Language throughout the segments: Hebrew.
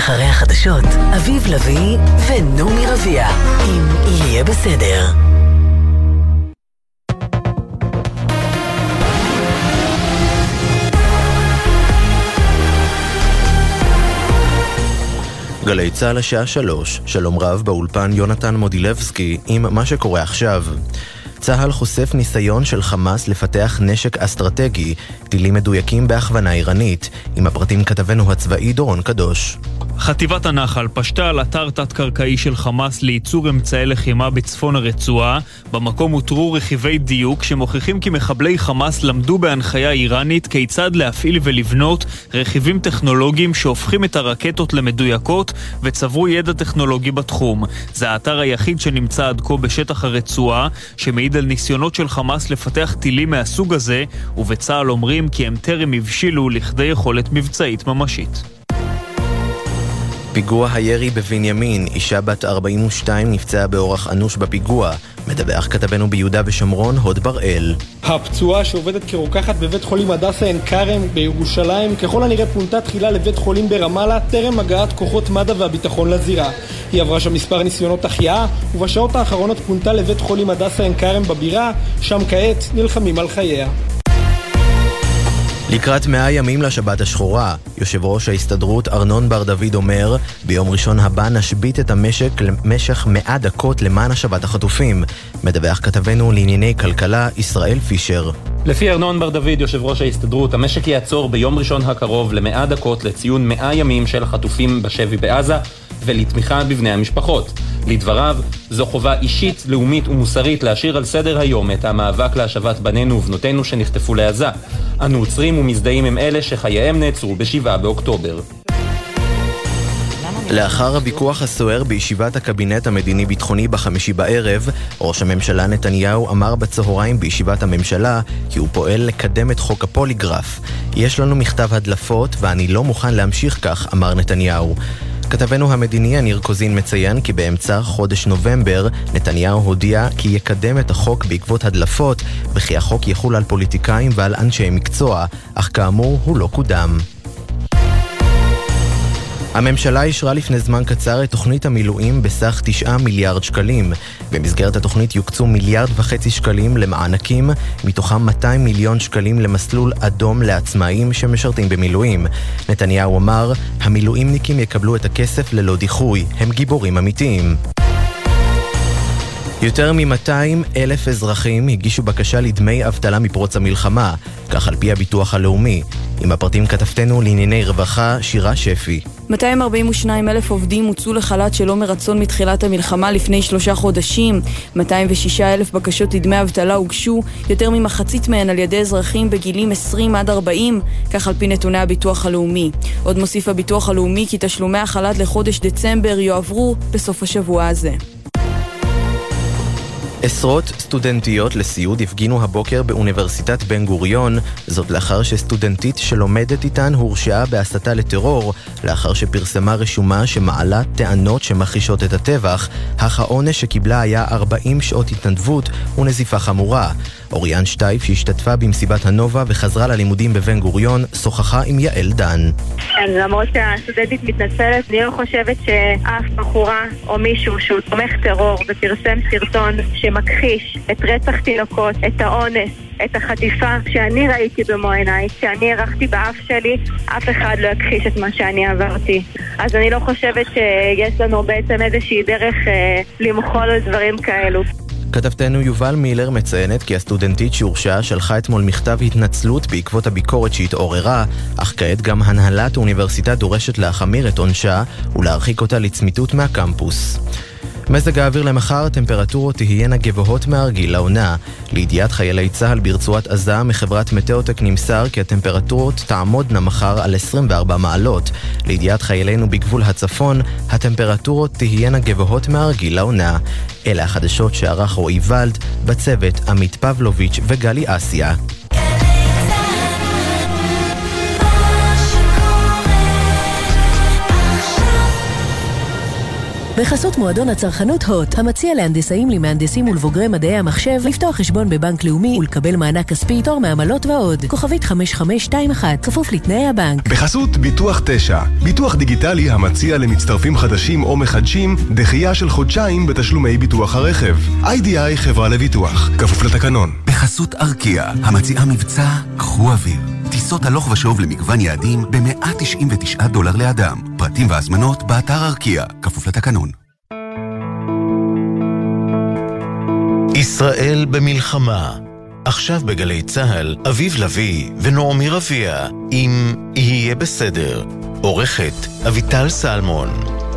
אחרי החדשות, אביב לוי ונומי רביע, אם יהיה בסדר. גלי צהל השעה 3, שלום רב באולפן יונתן מודילבסקי עם מה שקורה עכשיו. צהל חושף ניסיון של חמאס לפתח נשק אסטרטגי, טילים מדויקים בהכוונה איראנית. עם הפרטים כתבנו הצבאי דורון קדוש. חטיבת הנחל פשטה על אתר תת-קרקעי של חמאס לייצור אמצעי לחימה בצפון הרצועה. במקום הותרו רכיבי דיוק שמוכיחים כי מחבלי חמאס למדו בהנחיה איראנית כיצד להפעיל ולבנות רכיבים טכנולוגיים שהופכים את הרקטות למדויקות וצברו ידע טכנולוגי בתחום. זה האתר היחיד שנמצא עד כה בשטח הרצועה, שמעיד על ניסיונות של חמאס לפתח טילים מהסוג הזה, ובצה"ל אומרים כי הם טרם הבשילו לכדי יכולת מבצעית ממשית. פיגוע הירי בבנימין, אישה בת 42 נפצעה באורח אנוש בפיגוע. מדווח כתבנו ביהודה ושומרון הוד בראל. הפצועה שעובדת כרוקחת בבית חולים הדסה עין כרם בירושלים ככל הנראה פונתה תחילה לבית חולים ברמאללה טרם הגעת כוחות מד"א והביטחון לזירה. היא עברה שם מספר ניסיונות החייאה ובשעות האחרונות פונתה לבית חולים הדסה עין כרם בבירה, שם כעת נלחמים על חייה. לקראת 100 ימים לשבת השחורה, יושב ראש ההסתדרות ארנון בר דוד אומר, ביום ראשון הבא נשבית את המשק למשך 100 דקות למען השבת החטופים. מדווח כתבנו לענייני כלכלה ישראל פישר. לפי ארנון בר דוד, יושב ראש ההסתדרות, המשק יעצור ביום ראשון הקרוב ל100 דקות לציון 100 ימים של החטופים בשבי בעזה ולתמיכה בבני המשפחות. לדבריו, זו חובה אישית, לאומית ומוסרית להשאיר על סדר היום את המאבק להשבת בנינו ובנותינו שנחטפו לעזה. אנו עוצרים ומזדהים עם אלה שחייהם נעצרו ב7 באוקטובר. לאחר הוויכוח הסוער בישיבת הקבינט המדיני-ביטחוני בחמישי בערב, ראש הממשלה נתניהו אמר בצהריים בישיבת הממשלה כי הוא פועל לקדם את חוק הפוליגרף. יש לנו מכתב הדלפות ואני לא מוכן להמשיך כך, אמר נתניהו. כתבנו המדיני הניר קוזין מציין כי באמצע חודש נובמבר נתניהו הודיע כי יקדם את החוק בעקבות הדלפות וכי החוק יחול על פוליטיקאים ועל אנשי מקצוע, אך כאמור הוא לא קודם. הממשלה אישרה לפני זמן קצר את תוכנית המילואים בסך 9 מיליארד שקלים. במסגרת התוכנית יוקצו 1.5 מיליארד שקלים למענקים, מתוכם 200 מיליון שקלים למסלול אדום לעצמאים שמשרתים במילואים. נתניהו אמר, המילואימניקים יקבלו את הכסף ללא דיחוי, הם גיבורים אמיתיים. יותר מ-200,000 אזרחים הגישו בקשה לדמי אבטלה מפרוץ המלחמה, כך על פי הביטוח הלאומי. עם הפרטים כתבתנו לענייני רווחה שירה שפי. 242,000 עובדים הוצאו לחל"ת שלא מרצון מתחילת המלחמה לפני 3 חודשים. 206,000 בקשות לדמי אבטלה הוגשו, יותר ממחצית מהן על ידי אזרחים בגילים 20 עד 40, כך על פי נתוני הביטוח הלאומי. עוד מוסיף הביטוח הלאומי כי תשלומי החל"ת לחודש דצמבר יועברו בסוף השבוע הזה. עשרות סטודנטיות לסיוד הפגינו הבוקר באוניברסיטת בן גוריון, זאת לאחר שסטודנטית שלומדת איתן הורשעה בהסתה לטרור, לאחר שפרסמה רשומה שמעלה טענות שמכחישות את הטבח, אך העונש שקיבלה היה 40 שעות התנדבות ונזיפה חמורה. אוריאן שטייף שהשתתפה במסיבת הנובה וחזרה ללימודים בבן גוריון, שוחחה עם יעל דן. למרות שהסטודנטית מתנצלת, אני לא חושבת שאף בחורה או מישהו שהוא תומך טרור ופרסם סרטון שמכחיש את רצח תינוקות, את האונס, את החטיפה שאני ראיתי במו עיניי, שאני ערכתי באף שלי, אף אחד לא הכחיש את מה שאני עברתי. אז אני לא חושבת שיש לנו בעצם איזושהי דרך למחול על דברים כאלו. כתבתנו יובל מילר מציינת כי הסטודנטית שהורשעה שלחה אתמול מכתב התנצלות בעקבות הביקורת שהתעוררה, אך כעת גם הנהלת האוניברסיטה דורשת להחמיר את עונשה ולהרחיק אותה לצמיתות מהקמפוס. מזג האוויר למחר, טמפרטורות תהיינה גבוהות מהרגיל לעונה. לידיעת חיילי צה"ל ברצועת עזה מחברת מטאוטק נמסר כי הטמפרטורות תעמודנה מחר על 24 מעלות. לידיעת חיילינו בגבול הצפון, הטמפרטורות תהיינה גבוהות מהרגיל לעונה. אלה החדשות שערך רועי ולד, בצוות עמית פבלוביץ' וגלי אסיה. בחסות מועדון הצרכנות הוט, המציע להנדסאים, למהנדסים ולבוגרי מדעי המחשב לפתוח חשבון בבנק לאומי ולקבל מענק כספי, תור מעמלות ועוד. כוכבית 5521, כפוף לתנאי הבנק. בחסות ביטוח 9, ביטוח דיגיטלי המציע למצטרפים חדשים או מחדשים דחייה של חודשיים בתשלומי ביטוח הרכב. IDI חברה לביטוח, כפוף לתקנון. בחסות ארקיע, המציעה מבצע קחו אוויר. טיסות הלוך ושוב למגוון יעדים ב$199 לאדם. פרטים והזמנות באתר ארקיע, כפוף לתקנון. ישראל במלחמה. עכשיו בגלי צהל, אביב לוי ונעמי רביע עם יהיה בסדר. עורכת אביטל סלמון.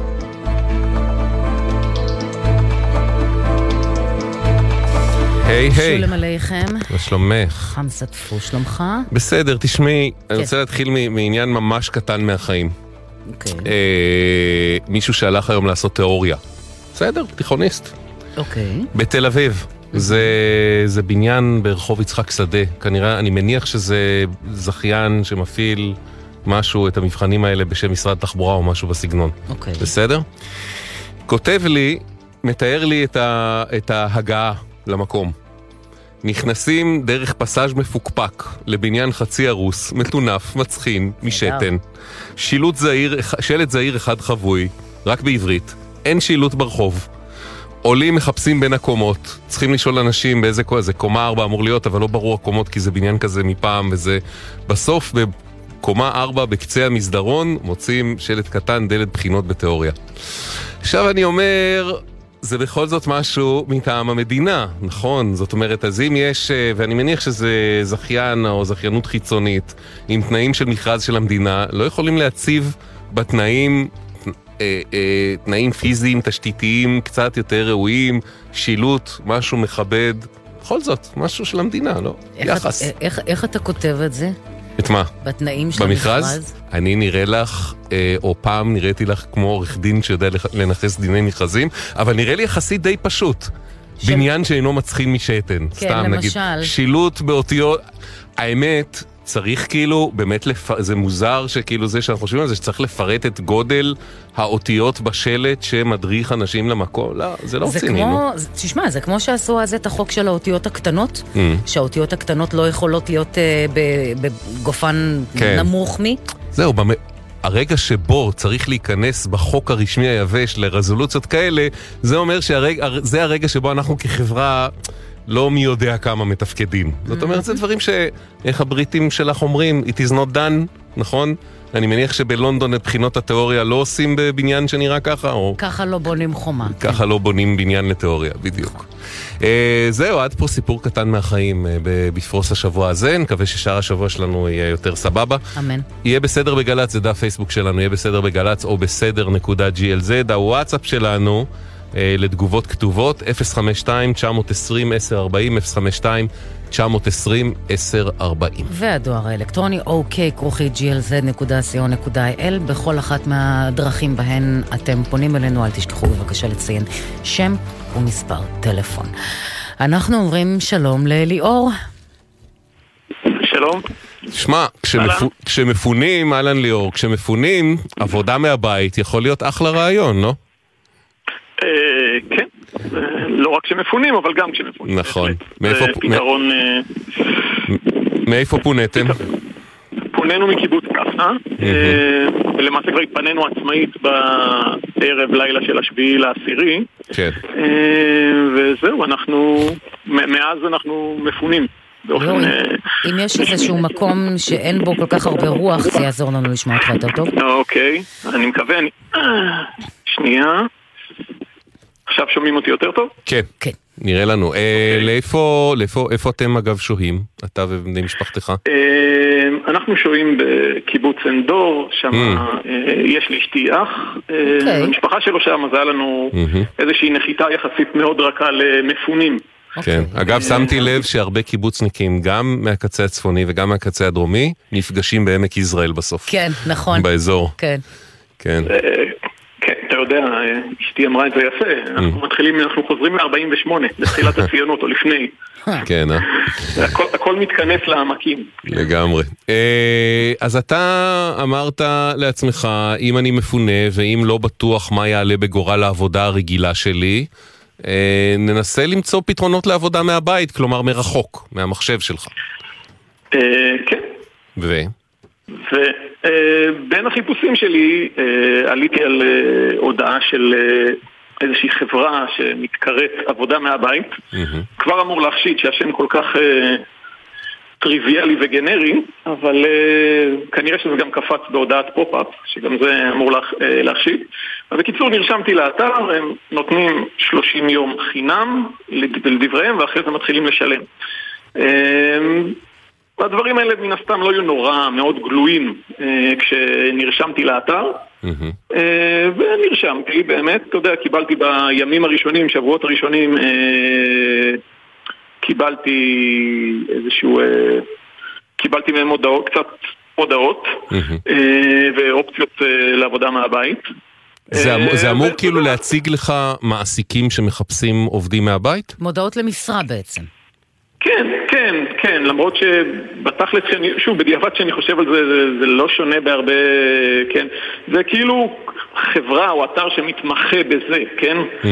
היי היי. שולם עליכם. מה שלומך? חמסה טפו, שלומך? בסדר, תשמעי, אני רוצה להתחיל מעניין ממש קטן מהחיים. אוקיי. מישהו שהלך היום לעשות תיאוריה. בסדר, תיכוניסט. אוקיי. בתל אביב. זה בניין ברחוב יצחק שדה. כנראה, אני מניח שזה זכיין שמפעיל משהו, את המבחנים האלה בשם משרד תחבורה או משהו בסגנון. אוקיי. בסדר? כותב לי, מתאר לי את ההגעה למקום. נכנסים דרך פסאז' מפוקפק לבניין חצי הרוס, מטונף, מצחין, משתן. שלט זעיר אחד חבוי, רק בעברית. אין שילוט ברחוב. עולים מחפשים בין הקומות. צריכים לשאול אנשים באיזה קומה 4 אמור להיות, אבל לא ברור הקומות כי זה בניין כזה מפעם וזה. בסוף בקומה 4 בקצה המסדרון מוצאים שלט קטן, דלת בחינות בתיאוריה. עכשיו אני אומר, זה בכל זאת משהו מטעם המדינה, נכון? זאת אומרת, אז אם יש, ואני מניח שזה זכיין או זכיינות חיצונית, עם תנאים של מכרז של המדינה, לא יכולים להציב בתנאים, תנאים פיזיים, תשתיתיים, קצת יותר ראויים, שילוט, משהו מכבד, בכל זאת, משהו של המדינה, לא? יחס. איך אתה כותב את זה? את מה? בתנאים של המכרז? אני נראה לך, או פעם נראיתי לך כמו עורך דין שיודע לנחס דיני מכרזים, אבל נראה לי יחסית די פשוט. בניין שאינו מצחין משתן. כן, סתם למשל. נגיד. שילוט באותיות. האמת, צריך כאילו, באמת, זה מוזר שכאילו זה שאנחנו חושבים על זה, שצריך לפרט את גודל האותיות בשלט שמדריך אנשים למקום. לא, זה לא רציני. תשמע, זה כמו שעשו אז את החוק של האותיות הקטנות, שהאותיות הקטנות לא יכולות להיות בגופן נמוך מי. זהו, הרגע שבו צריך להיכנס בחוק הרשמי היבש לרזולוציות כאלה, זה אומר שזה הרגע שבו אנחנו כחברה לא מי יודע כמה מתפקדים. זאת אומרת, זה דברים איך הבריטים שלך אומרים, it is not done, נכון? אני מניח שבלונדון את בחינות התיאוריה לא עושים בבניין שנראה ככה, או... ככה לא בונים חומה. ככה לא בונים בניין לתיאוריה, בדיוק. זהו, עד פה סיפור קטן מהחיים בפרוס השבוע הזה, נקווה ששאר השבוע שלנו יהיה יותר סבבה. אמן. יהיה בסדר בגלץ, זה דף פייסבוק שלנו, יהיה בסדר בגלץ או בסדר.glz, הוואטסאפ שלנו, לתגובות כתובות 052-920-1040 052-920-1040 והדואר האלקטרוני ok@glz.co.il. בכל אחת מהדרכים בהן אתם פונים אלינו, אל תשכחו בבקשה לציין שם ומספר טלפון. אנחנו אומרים שלום לליאור. שלום. שמע, כשמפונים, אלן ליאור, כשמפונים, עבודה מהבית יכול להיות אחלה רעיון, לא? כן, לא רק כשמפונים, אבל גם כשמפונים. נכון. פתרון... מאיפה פונתם? פוננו מקיבוץ כפנה, ולמעשה כבר התפנינו עצמאית בערב לילה של 7/10. כן. וזהו, מאז אנחנו מפונים. אם יש איזשהו מקום שאין בו כל כך הרבה רוח, זה יעזור לנו לשמוע אותך יותר טוב. אוקיי, אני מקווה, שנייה. עכשיו שומעים אותי יותר טוב? כן, כן. נראה לנו. איפה אתם אגב שוהים? אתה ובני משפחתך? אנחנו שוהים בקיבוץ אנדור, שם יש לי אשתי אח, המשפחה שלו שם, אז היה לנו איזושהי נחיתה יחסית מאוד רכה למפונים. כן, אגב שמתי לב שהרבה קיבוצניקים, גם מהקצה הצפוני וגם מהקצה הדרומי, נפגשים בעמק יזרעאל בסוף. כן, נכון. באזור. כן. כן. כן, אתה יודע, אשתי אמרה את זה יפה, אנחנו חוזרים ל-48, לתחילת הציונות או לפני. כן, הכל מתכנס לעמקים. לגמרי. אז אתה אמרת לעצמך, אם אני מפונה ואם לא בטוח מה יעלה בגורל העבודה הרגילה שלי, ננסה למצוא פתרונות לעבודה מהבית, כלומר מרחוק, מהמחשב שלך. כן. ובין החיפושים שלי עליתי על הודעה של איזושהי חברה שמתקראת עבודה מהבית. כבר אמור להחשיד שהשם כל כך טריוויאלי וגנרי, אבל כנראה שזה גם קפץ בהודעת פופ-אפ, שגם זה אמור להחשיד. אז בקיצור נרשמתי לאתר, הם נותנים 30 יום חינם לדבריהם, ואחרי זה מתחילים לשלם. הדברים האלה מן הסתם לא היו נורא מאוד גלויים כשנרשמתי לאתר, ונרשמתי באמת, אתה יודע, קיבלתי בימים הראשונים, שבועות הראשונים, קיבלתי מהם קצת הודעות ואופציות לעבודה מהבית. זה אמור כאילו להציג לך מעסיקים שמחפשים עובדים מהבית? מודעות למשרה בעצם. כן, למרות שבתכלס, שוב, בדיעבד שאני חושב על זה, זה לא שונה בהרבה, כן, זה כאילו חברה או אתר שמתמחה בזה, כן?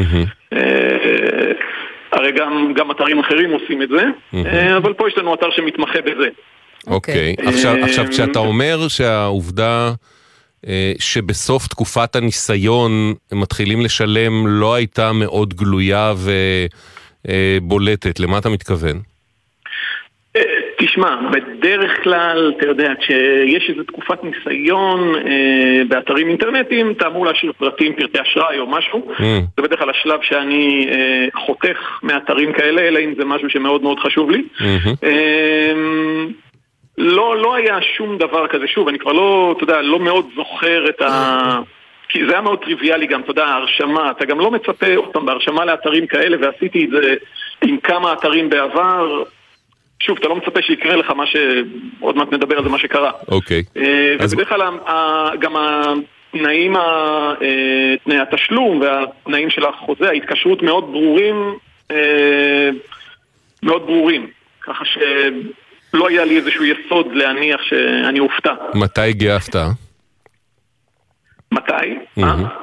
הרי גם אתרים אחרים עושים את זה, אבל פה יש לנו אתר שמתמחה בזה. אוקיי, עכשיו כשאתה אומר שהעובדה שבסוף תקופת הניסיון הם מתחילים לשלם לא הייתה מאוד גלויה ובולטת, למה אתה מתכוון? תשמע, בדרך כלל, אתה יודע, כשיש איזו תקופת ניסיון באתרים אינטרנטיים, אתה אמור להשאיר פרטים, פרטי אשראי או משהו. זה בדרך כלל השלב שאני חותך מאתרים כאלה, אלא אם זה משהו שמאוד מאוד חשוב לי. לא היה שום דבר כזה, שוב, אני כבר לא, אתה יודע, לא מאוד זוכר את כי זה היה מאוד טריוויאלי גם, אתה יודע, ההרשמה, אתה גם לא מצפה אותם בהרשמה לאתרים כאלה, ועשיתי את זה עם כמה אתרים בעבר. שוב, אתה לא מצפה שיקרה לך מה שעוד מעט נדבר על זה, מה שקרה. אוקיי. ובדרך כלל גם התנאים, תנאי התשלום והתנאים של החוזה, ההתקשרות מאוד ברורים. ככה שלא היה לי איזשהו יסוד להניח שאני אופתע. מתי הגיעה ההפתעה? מתי?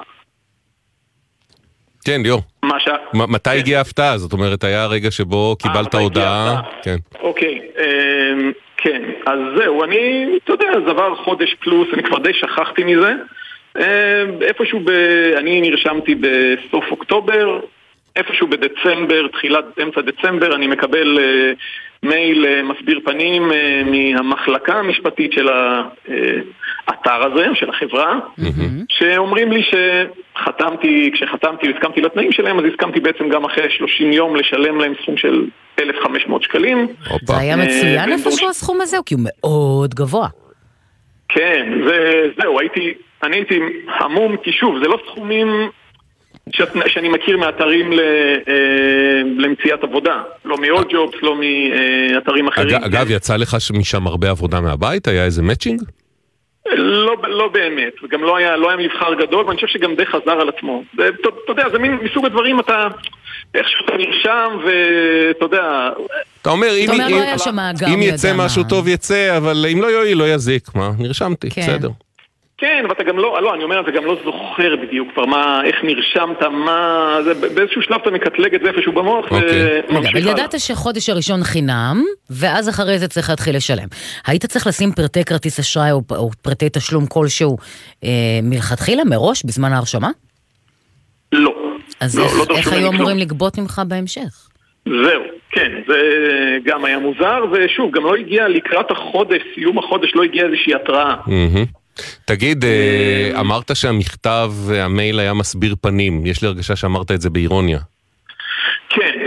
כן, ליאור. מתי הגיעה ההפתעה? זאת אומרת, היה הרגע שבו קיבלת הודעה. אוקיי, כן. אז זהו, אתה יודע, זה עבר חודש פלוס, אני כבר די שכחתי מזה. איפשהו, אני נרשמתי בסוף אוקטובר, איפשהו בדצמבר, אמצע דצמבר, אני מקבל מייל מסביר פנים מהמחלקה המשפטית של האתר הזה, של החברה, שאומרים לי כשחתמתי והסכמתי לתנאים שלהם, אז הסכמתי בעצם גם אחרי 30 יום לשלם להם סכום של 1,500 שקלים. זה היה מצוין איפשהו הסכום הזה, כי הוא מאוד גבוה. כן, וזהו, אני הייתי המום, כי שוב, זה לא סכומים שאני מכיר מאתרים למציאת עבודה, לא מעוד ג'ובס, לא מאתרים אחרים. אגב, יצא לך משם הרבה עבודה מהבית? היה איזה מאצ'ינג? לא באמת, וגם לא היה מבחר גדול, ואני חושב שגם די חזר על עצמו. אתה יודע, זה מסוג הדברים, איך שאתה נרשם, ואתה יודע... אתה אומר, אם יצא משהו טוב יצא, אבל אם לא יועיל, לא יזיק, מה? נרשמתי, בסדר. כן, ואתה גם לא, אני אומר, אתה גם לא זוכר בדיוק כבר איך נרשמת, באיזשהו שלב אתה מקטלג את זה איפשהו במוח, אבל ידעת שחודש הראשון חינם, ואז אחרי זה צריך להתחיל לשלם. היית צריך לשים פרטי כרטיס אשראי או פרטי תשלום כלשהו מלכתחילה, מראש, בזמן ההרשמה? לא. אז איך היו אמורים לגבות ממך בהמשך? זהו, כן, זה גם היה מוזר, ושוב, גם לא הגיע לקראת החודש, סיום החודש לא הגיע איזושהי התראה. תגיד, אמרת שהמכתב, המייל היה מסביר פנים, יש לי הרגשה שאמרת את זה באירוניה. כן,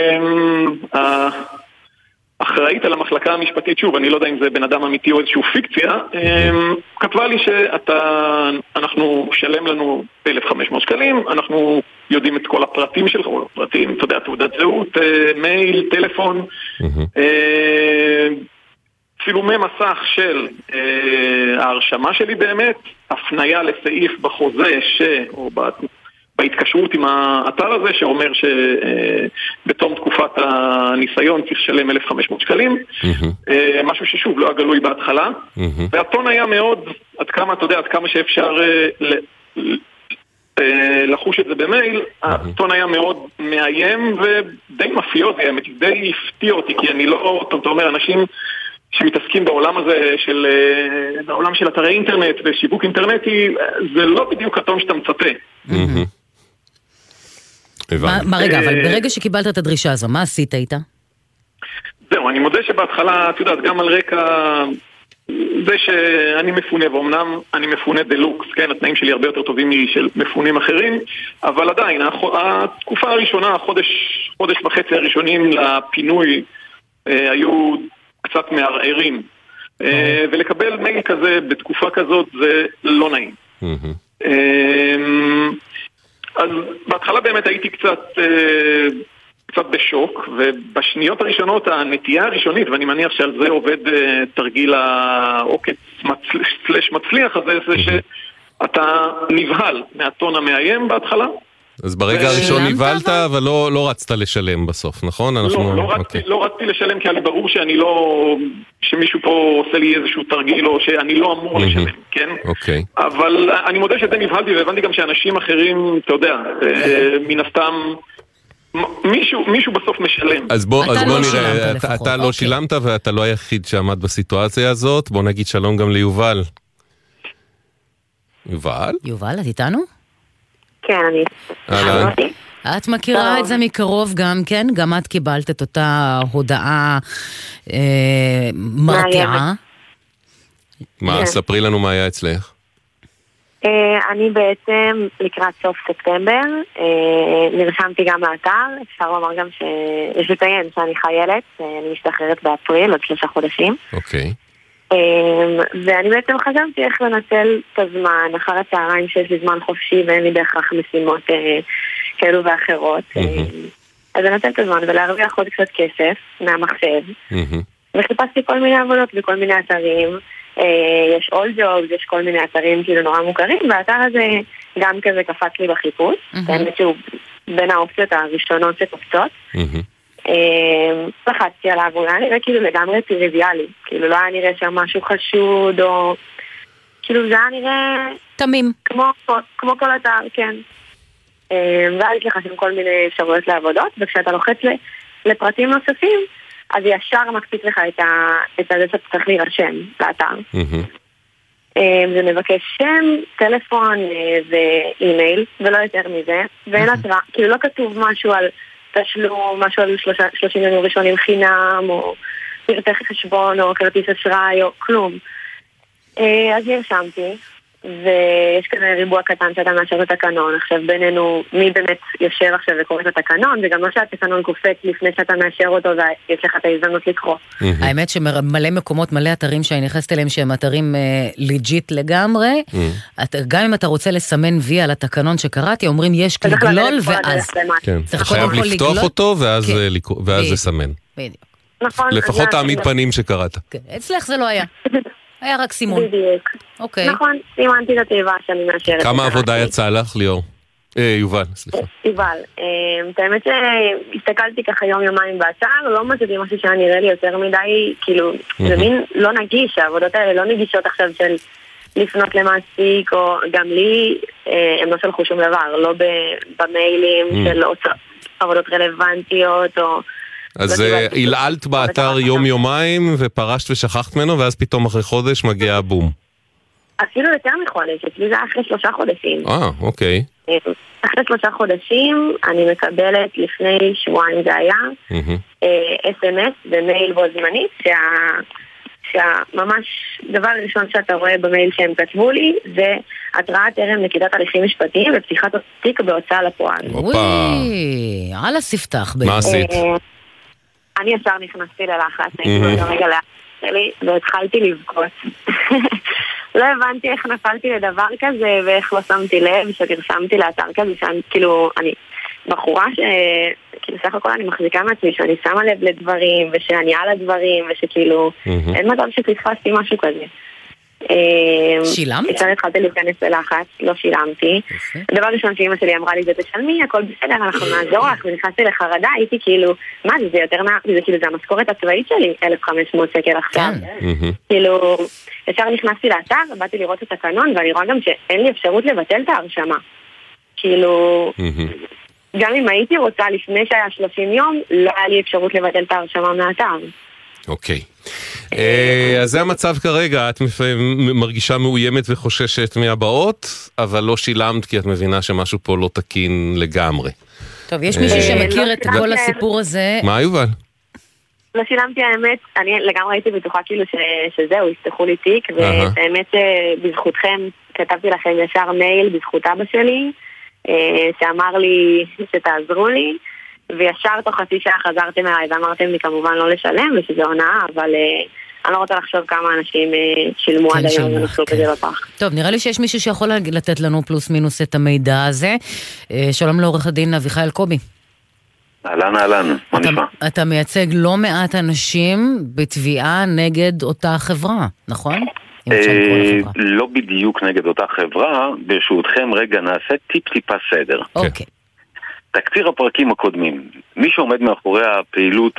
אחראית על המחלקה המשפטית, שוב, אני לא יודע אם זה בן אדם אמיתי או איזשהו פיקציה, כתבה לי אנחנו שלם לנו 1,500 שקלים, אנחנו יודעים את כל הפרטים שלך, פרטים, אתה יודע, תעודת זהות, מייל, טלפון, צילומי מסך של ההרשמה שלי באמת, הפניה לסעיף בחוזה או בהתקשרות עם האתר הזה שאומר שבתום תקופת הניסיון צריך לשלם 1,500 שקלים, משהו ששוב לא הגלוי בהתחלה, והטון היה מאוד, עד כמה אתה יודע, עד כמה שאפשר לחוש את זה במייל, הטון היה מאוד מאיים ודי מפתיע, די הפתיע אותי, כי אני לא, אתה אומר, אנשים שמתעסקים בעולם הזה בעולם של אתרי אינטרנט ושיווק אינטרנטי, זה לא בדיוק הטון שאתה מצפה. מה רגע, אבל ברגע שקיבלת את הדרישה הזו, מה עשית איתה? זהו, אני מודה שבהתחלה, את יודעת, גם על רקע זה שאני מפונה, ואומנם אני מפונה דלוקס, כן, התנאים שלי הרבה יותר טובים משל מפונים אחרים, אבל עדיין, התקופה הראשונה, חודש וחצי הראשונים לפינוי, היו קצת מערערים, ולקבל מייל כזה בתקופה כזאת זה לא נעים. אז בהתחלה באמת הייתי קצת בשוק, ובשניות הראשונות, הנטייה הראשונית, ואני מניח שעל זה עובד תרגיל העוקץ סלש מצליח הזה, זה שאתה נבהל מהטון המאיים בהתחלה. אז ברגע הראשון נבהלת, אבל לא רצת לשלם בסוף, נכון? לא רצתי לשלם, כי היה לי ברור שמישהו פה עושה לי איזשהו תרגיל, או שאני לא אמור לשלם, כן? אבל אני מודה שזה נבהלתי, והבנתי גם שאנשים אחרים, אתה יודע, מן הסתם, מישהו בסוף משלם. אז בוא נראה, אתה לא שילמת, ואתה לא היחיד שעמד בסיטואציה הזאת. בוא נגיד שלום גם ליובל. יובל, את איתנו? כן, אני... את מכירה את זה מקרוב גם כן? גם את קיבלת את אותה הודעה מרתיעה? מה, ספרי לנו מה היה אצלך. אני בעצם לקראת סוף ספטמבר נרשמתי גם לאתר, אפשר לומר גם שיש לציין שאני חיילת, אני משתחררת באפריל, עוד 3 חודשים. אוקיי. ואני בעצם חשבתי איך לנצל את הזמן אחר הצהריים שיש לי זמן חופשי ואין לי בהכרח משימות כאלו ואחרות. אז לנצל את הזמן ולהרוויח עוד קצת כסף מהמחשב. וחיפשתי כל מיני עבודות בכל מיני אתרים. יש all jobs, יש כל מיני אתרים כאילו נורא מוכרים, והאתר הזה גם כזה קפץ לי בחיפוש, באמת שהוא בין האופציות הראשונות שקופצות. לחצתי עליו, הוא היה נראה כאילו לגמרי טריוויאלי, כאילו לא היה נראה שם משהו חשוד, או כאילו זה היה נראה תמים, כמו כל אתר, כן. ואז יש לך שם כל מיני אפשרויות לעבודות, וכשאתה לוחץ לפרטים נוספים, אז ישר מקפיץ לך את זה שאתה צריך להירשם לאתר. זה מבקש שם, טלפון ואימייל, ולא יותר מזה, ואין התראה, כאילו לא כתוב משהו על תשלום, משהו על 30 ימים ראשונים חינם, או פרטי חשבון, או כרטיס אשראי, או כלום. אז נרשמתי, ויש כזה ריבוע קטן שאתה מאשר את התקנון. עכשיו בינינו, מי באמת יושב עכשיו וקורא את התקנון, וגם לא שהתקנון קופץ לפני שאתה מאשר אותו, ויש לך את ההזדמנות לקרוא. האמת שמלא מקומות, מלא אתרים שאני נכנסת אליהם שהם אתרים לג'יט לגמרי, גם אם אתה רוצה לסמן וי על התקנון שקראתי, אומרים יש לגלול ואז. אתה חייב לפתוח אותו ואז לסמן. לפחות תעמיד פנים שקראת. אצלך זה לא היה. היה רק סימון. בדיוק. אוקיי. נכון, סימנתי את התיבה שאני מאשרת. כמה עבודה יצא לך, ליאור? יובל, סליחה. יובל. האמת שהסתכלתי ככה יום-יומיים באתר, לא מצאתי משהו שהיה נראה לי יותר מדי, כאילו, זה מין לא נגיש, העבודות האלה לא נגישות עכשיו של לפנות למעסיק, או גם לי, הם לא שלחו שום דבר, לא במיילים של עבודות רלוונטיות, או... אז הילעלת באתר יום-יומיים ופרשת ושכחת ממנו, ואז פתאום אחרי חודש מגיע הבום. אפילו יותר מחודש, אצלי זה אחרי 3 חודשים. אוקיי. אחרי 3 חודשים אני מקבלת, לפני שבועיים זה היה, SMS ומייל בו זמנית, שהממש דבר ראשון שאתה רואה במייל שהם כתבו לי, זה התראה טרם נקיטת הליכים משפטיים ופתיחת תיק בהוצאה לפועל. וואי, על הספתח. מה עשית? אני ישר נכנסתי ללחץ, הייתי ברגע שלי, והתחלתי לבכות. לא הבנתי איך נפלתי לדבר כזה, ואיך לא שמתי לב, שתרשמתי לאתר כזה, כאילו, אני בחורה כאילו סך הכל אני מחזיקה מעצמי שאני שמה לב לדברים ושאני על הדברים ושכאילו אין מצב שפספסתי משהו כזה. שילמת? ישר התחלתי להיכנס ללחץ, לא שילמתי. הדבר ראשון שאמא שלי אמרה לי זה תשלמי, הכל בסדר, אנחנו נעזור לך, ונכנסתי לחרדה, הייתי כאילו, מה זה יותר זה כאילו זה המשכורת הצבאית שלי, 1,500 שקל עכשיו. כאילו, ישר נכנסתי לאתר, באתי לראות את התקנון, ואני רואה גם שאין לי אפשרות לבטל את ההרשמה. כאילו, גם אם הייתי רוצה לפני שהיה 30 יום, לא היה לי אפשרות לבטל את ההרשמה מהאתר. אוקיי. אז זה המצב כרגע, את מרגישה מאוימת וחוששת מהבאות, אבל לא שילמת כי את מבינה שמשהו פה לא תקין לגמרי. טוב, יש מישהו שמכיר את כל הסיפור הזה. מה יובל? לא שילמתי האמת, אני לגמרי הייתי בטוחה כאילו שזהו, יפתחו לי תיק, והאמת בזכותכם כתבתי לכם ישר מייל בזכות אבא שלי, שאמר לי שתעזרו לי, וישר תוך חצי שעה חזרתם אליי ואמרתם לי כמובן לא לשלם ושזה הונאה, אבל אני לא רוצה לחשוב כמה אנשים שילמו עד היום ונפלו בזה בפח. טוב, נראה לי שיש מישהו שיכול לתת לנו פלוס מינוס את המידע הזה. שלום לעורך הדין אביחי אלקובי. אהלן, מה נשמע? אתה מייצג לא מעט אנשים בתביעה נגד אותה חברה, נכון? לא בדיוק נגד אותה חברה, ברשותכם רגע נעשה טיפה סדר. אוקיי. תקציר הפרקים הקודמים, מי שעומד מאחורי הפעילות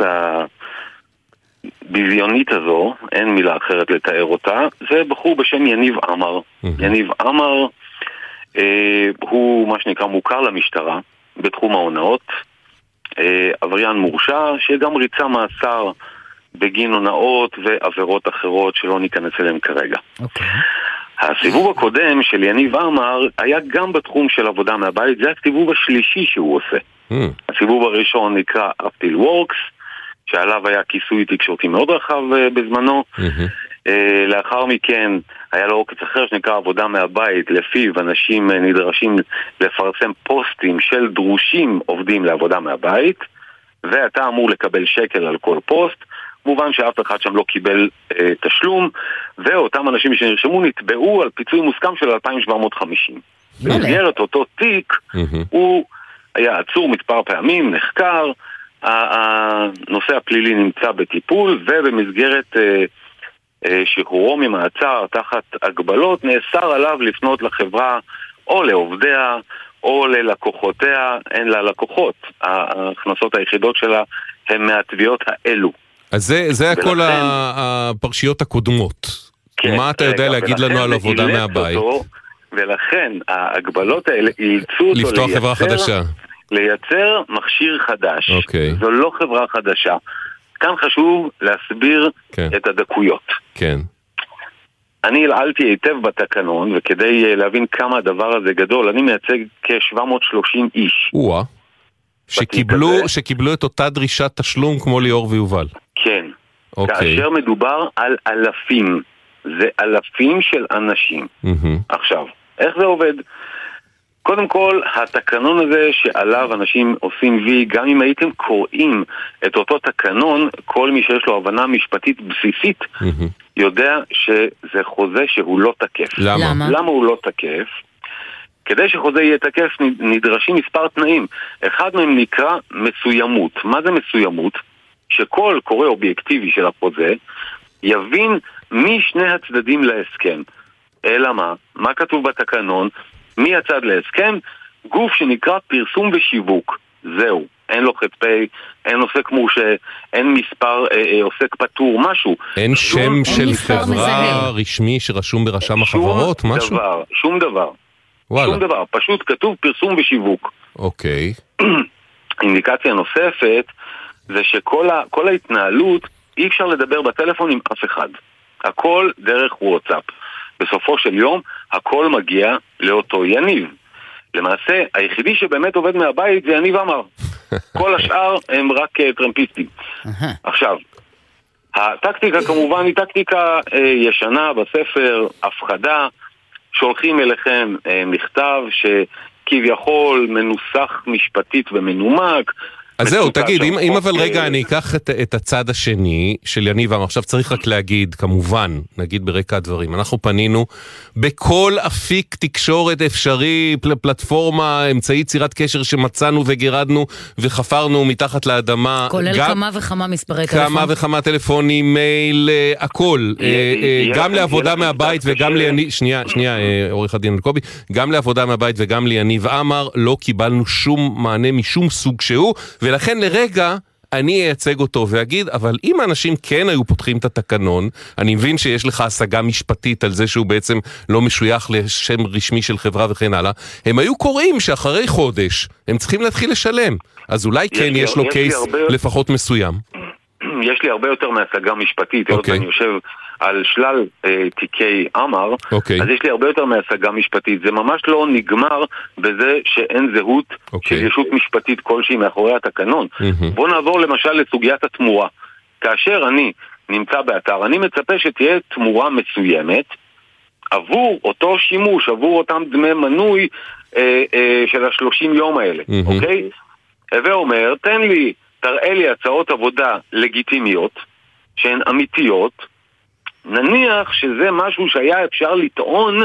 הביזיונית הזו, אין מילה אחרת לתאר אותה, זה בחור בשם יניב עמר. יניב עמר הוא מה שנקרא מוכר למשטרה בתחום ההונאות, עבריין מורשע שגם ריצה מאסר בגין הונאות ועבירות אחרות שלא ניכנס אליהם כרגע. הסיבוב הקודם של יניב עמר היה גם בתחום של עבודה מהבית, זה הסיבוב השלישי שהוא עושה. הסיבוב הראשון נקרא Uptil Works, שעליו היה כיסוי תקשורתי מאוד רחב בזמנו. לאחר מכן היה לו עוקץ אחר שנקרא עבודה מהבית, לפיו אנשים נדרשים לפרסם פוסטים של דרושים עובדים לעבודה מהבית, ואתה אמור לקבל שקל על כל פוסט. מובן שאף אחד שם לא קיבל תשלום, ואותם אנשים שנרשמו נתבעו על פיצוי מוסכם של 2,750. במסגרת אותו תיק הוא היה עצור מספר פעמים, נחקר, הנושא הפלילי נמצא בטיפול, ובמסגרת שחרורו ממעצר תחת הגבלות נאסר עליו לפנות לחברה או לעובדיה או ללקוחותיה. אין לה לקוחות, ההכנסות היחידות שלה הן מהתביעות האלו. אז זה הכל הפרשיות הקודמות. מה אתה יודע להגיד לנו על עבודה מהבית? ולכן ההגבלות האלה אילצו אותו לפתוח חברה חדשה. לייצר מכשיר חדש. זו לא חברה חדשה. כאן חשוב להסביר את הדקויות. כן. אני הלעלתי היטב בתקנון, וכדי להבין כמה הדבר הזה גדול, אני מייצג כ-730 איש. שקיבלו את אותה דרישת תשלום כמו ליאור ויובל. כן. כאשר מדובר על אלפים. זה אלפים של אנשים. עכשיו, איך זה עובד? קודם כל, התקנון הזה שעליו אנשים עושים וי, גם אם הייתם קוראים את אותו תקנון, כל מי שיש לו הבנה משפטית בסיסית, יודע שזה חוזה שהוא לא תקף. למה הוא לא תקף? כדי שחוזה יהיה תקף נדרשים מספר תנאים. אחד מהם נקרא מסוימות. מה זה מסוימות? שכל קורא אובייקטיבי של החוזה יבין מי שני הצדדים להסכם. אלא מה? מה כתוב בתקנון? מי הצד להסכם? גוף שנקרא פרסום ושיווק. זהו. אין לו חטפי, אין עוסק מורשה, אין מספר עוסק פטור, משהו. אין שם של חברה רשמי שרשום ברשם החברות, משהו? שום דבר. שום דבר. פשוט כתוב פרסום ושיווק. אוקיי. אינדיקציה נוספת זה שכל ההתנהלות אי אפשר לדבר בטלפון עם אף אחד. הכל דרך וואטסאפ. בסופו של יום הכל מגיע לאותו יניב. למעשה היחידי שבאמת עובד מהבית זה יניב עמר. כל השאר הם רק טרמפיסטים. עכשיו, הטקטיקה כמובן היא טקטיקה ישנה בספר, הפחדה. שולחים אליכם מכתב שכביכול מנוסח משפטית ומנומק. אז זהו, תגיד, אם אבל רגע אני אקח את הצד השני של יניב עמר, עכשיו צריך רק להגיד, כמובן, נגיד ברקע הדברים, אנחנו פנינו בכל אפיק תקשורת אפשרי, פלטפורמה, אמצעי יצירת קשר שמצאנו וגירדנו וחפרנו מתחת לאדמה. כולל כמה וכמה מספרי טלפון. כמה וכמה טלפונים, מייל, הכל. גם לעבודה מהבית וגם ליניב, שנייה, עורך הדין אלקובי, גם לעבודה מהבית וגם ליניב עמר, לא קיבלנו שום מענה משום סוג שהוא, ולכן לרגע אני אייצג אותו ואגיד, אבל אם האנשים כן היו פותחים את התקנון, אני מבין שיש לך השגה משפטית על זה שהוא בעצם לא משוייך לשם רשמי של חברה וכן הלאה, הם היו קוראים שאחרי חודש הם צריכים להתחיל לשלם, אז אולי כן יש לו קייס לפחות מסוים. יש לי הרבה יותר מהשגה משפטית, אני יושב על שלל תיקי עמר, אז יש לי הרבה יותר מהשגה משפטית. זה ממש לא נגמר בזה שאין זהות של ישות משפטית כלשהי מאחורי התקנון. בוא נעבור למשל לסוגיית התמורה. כאשר אני נמצא באתר, אני מצפה שתהיה תמורה מסוימת עבור אותו שימוש, עבור אותם דמי מנוי של ה-30 יום האלה, אוקיי? הווה אומר, תראה לי הצעות עבודה לגיטימיות, שהן אמיתיות, נניח שזה משהו שהיה אפשר לטעון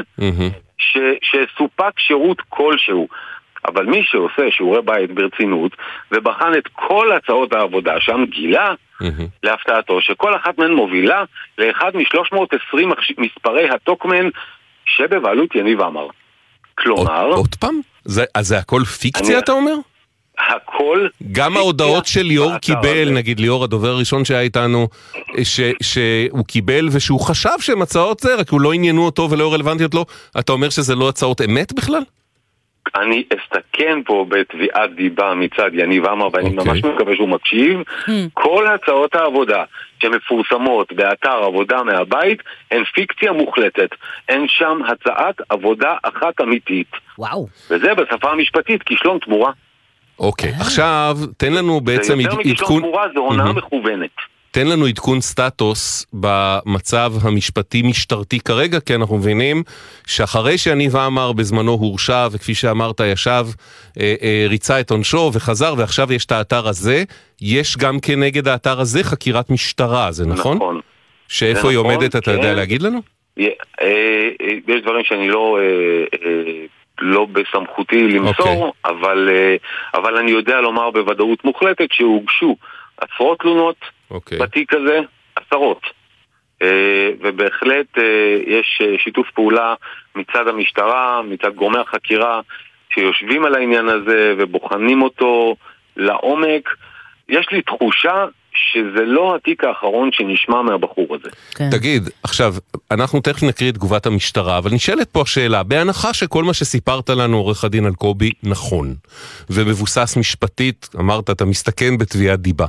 שסופק שירות כלשהו, אבל מי שעושה שיעורי בית ברצינות ובחן את כל הצעות העבודה שם גילה להפתעתו שכל אחת מהן מובילה לאחד מ-320 מספרי הטוקמן שבבעלות יניב עמר. כלומר... עוד פעם? אז זה הכל פיקציה אתה אומר? הכל... גם ההודעות של ליאור קיבל, נגיד ליאור הדובר הראשון שהיה איתנו, שהוא קיבל ושהוא חשב שהם הצעות זה, רק הוא לא עניינו אותו ולא רלוונטיות לו, אתה אומר שזה לא הצעות אמת בכלל? אני אסתכן פה בתביעת דיבה מצד יניב עמר, ואני ממש מקווה שהוא מקשיב. כל הצעות העבודה שמפורסמות באתר עבודה מהבית הן פיקציה מוחלטת. אין שם הצעת עבודה אחת אמיתית. וואו. וזה בשפה המשפטית כישלון תמורה. אוקיי, עכשיו תן לנו בעצם עדכון... זה יותר מכישלון תמורה, זה עונה מכוונת. תן לנו עדכון סטטוס במצב המשפטי משטרתי כרגע, כי אנחנו מבינים שאחרי שיניב עמר בזמנו הורשע, וכפי שאמרת ישב, ריצה את עונשו וחזר, ועכשיו יש את האתר הזה, יש גם כנגד האתר הזה חקירת משטרה, זה נכון? נכון. שאיפה היא עומדת, אתה יודע להגיד לנו? יש דברים שאני לא בסמכותי למסור, אבל אני יודע לומר בוודאות מוחלטת שהוגשו עשרות תלונות בתיק הזה, עשרות. ובהחלט יש שיתוף פעולה מצד המשטרה, מצד גורמי החקירה שיושבים על העניין הזה ובוחנים אותו לעומק. יש לי תחושה שזה לא התיק האחרון שנשמע מהבחור הזה. כן. תגיד, עכשיו, אנחנו תכף נקריא את תגובת המשטרה, אבל נשאלת פה השאלה, בהנחה שכל מה שסיפרת לנו עורך הדין אלקובי נכון, ומבוסס משפטית, אמרת, אתה מסתכן בתביעת דיבה.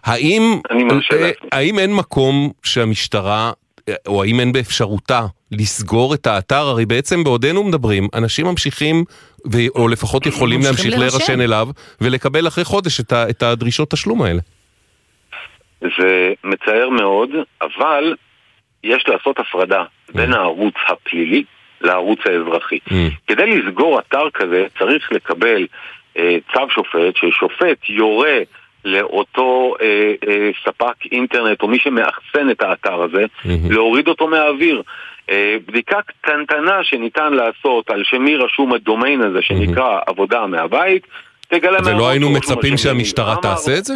האם אין מקום שהמשטרה, או האם אין באפשרותה לסגור את האתר? הרי בעצם בעודנו מדברים, אנשים ממשיכים, או לפחות יכולים להמשיך להירשם אליו, ולקבל אחרי חודש את הדרישות תשלום האלה. זה מצער מאוד, אבל יש לעשות הפרדה בין הערוץ הפלילי לערוץ האזרחי. כדי לסגור אתר כזה צריך לקבל צו שופט, ששופט יורה לאותו ספק אינטרנט או מי שמאחסן את האתר הזה, להוריד אותו מהאוויר. בדיקה קטנטנה שניתן לעשות על שמי רשום הדומיין הזה שנקרא עבודה מהבית, תגלה מהאוטו. ולא היינו מצפים שהמשטרה תעשה את זה?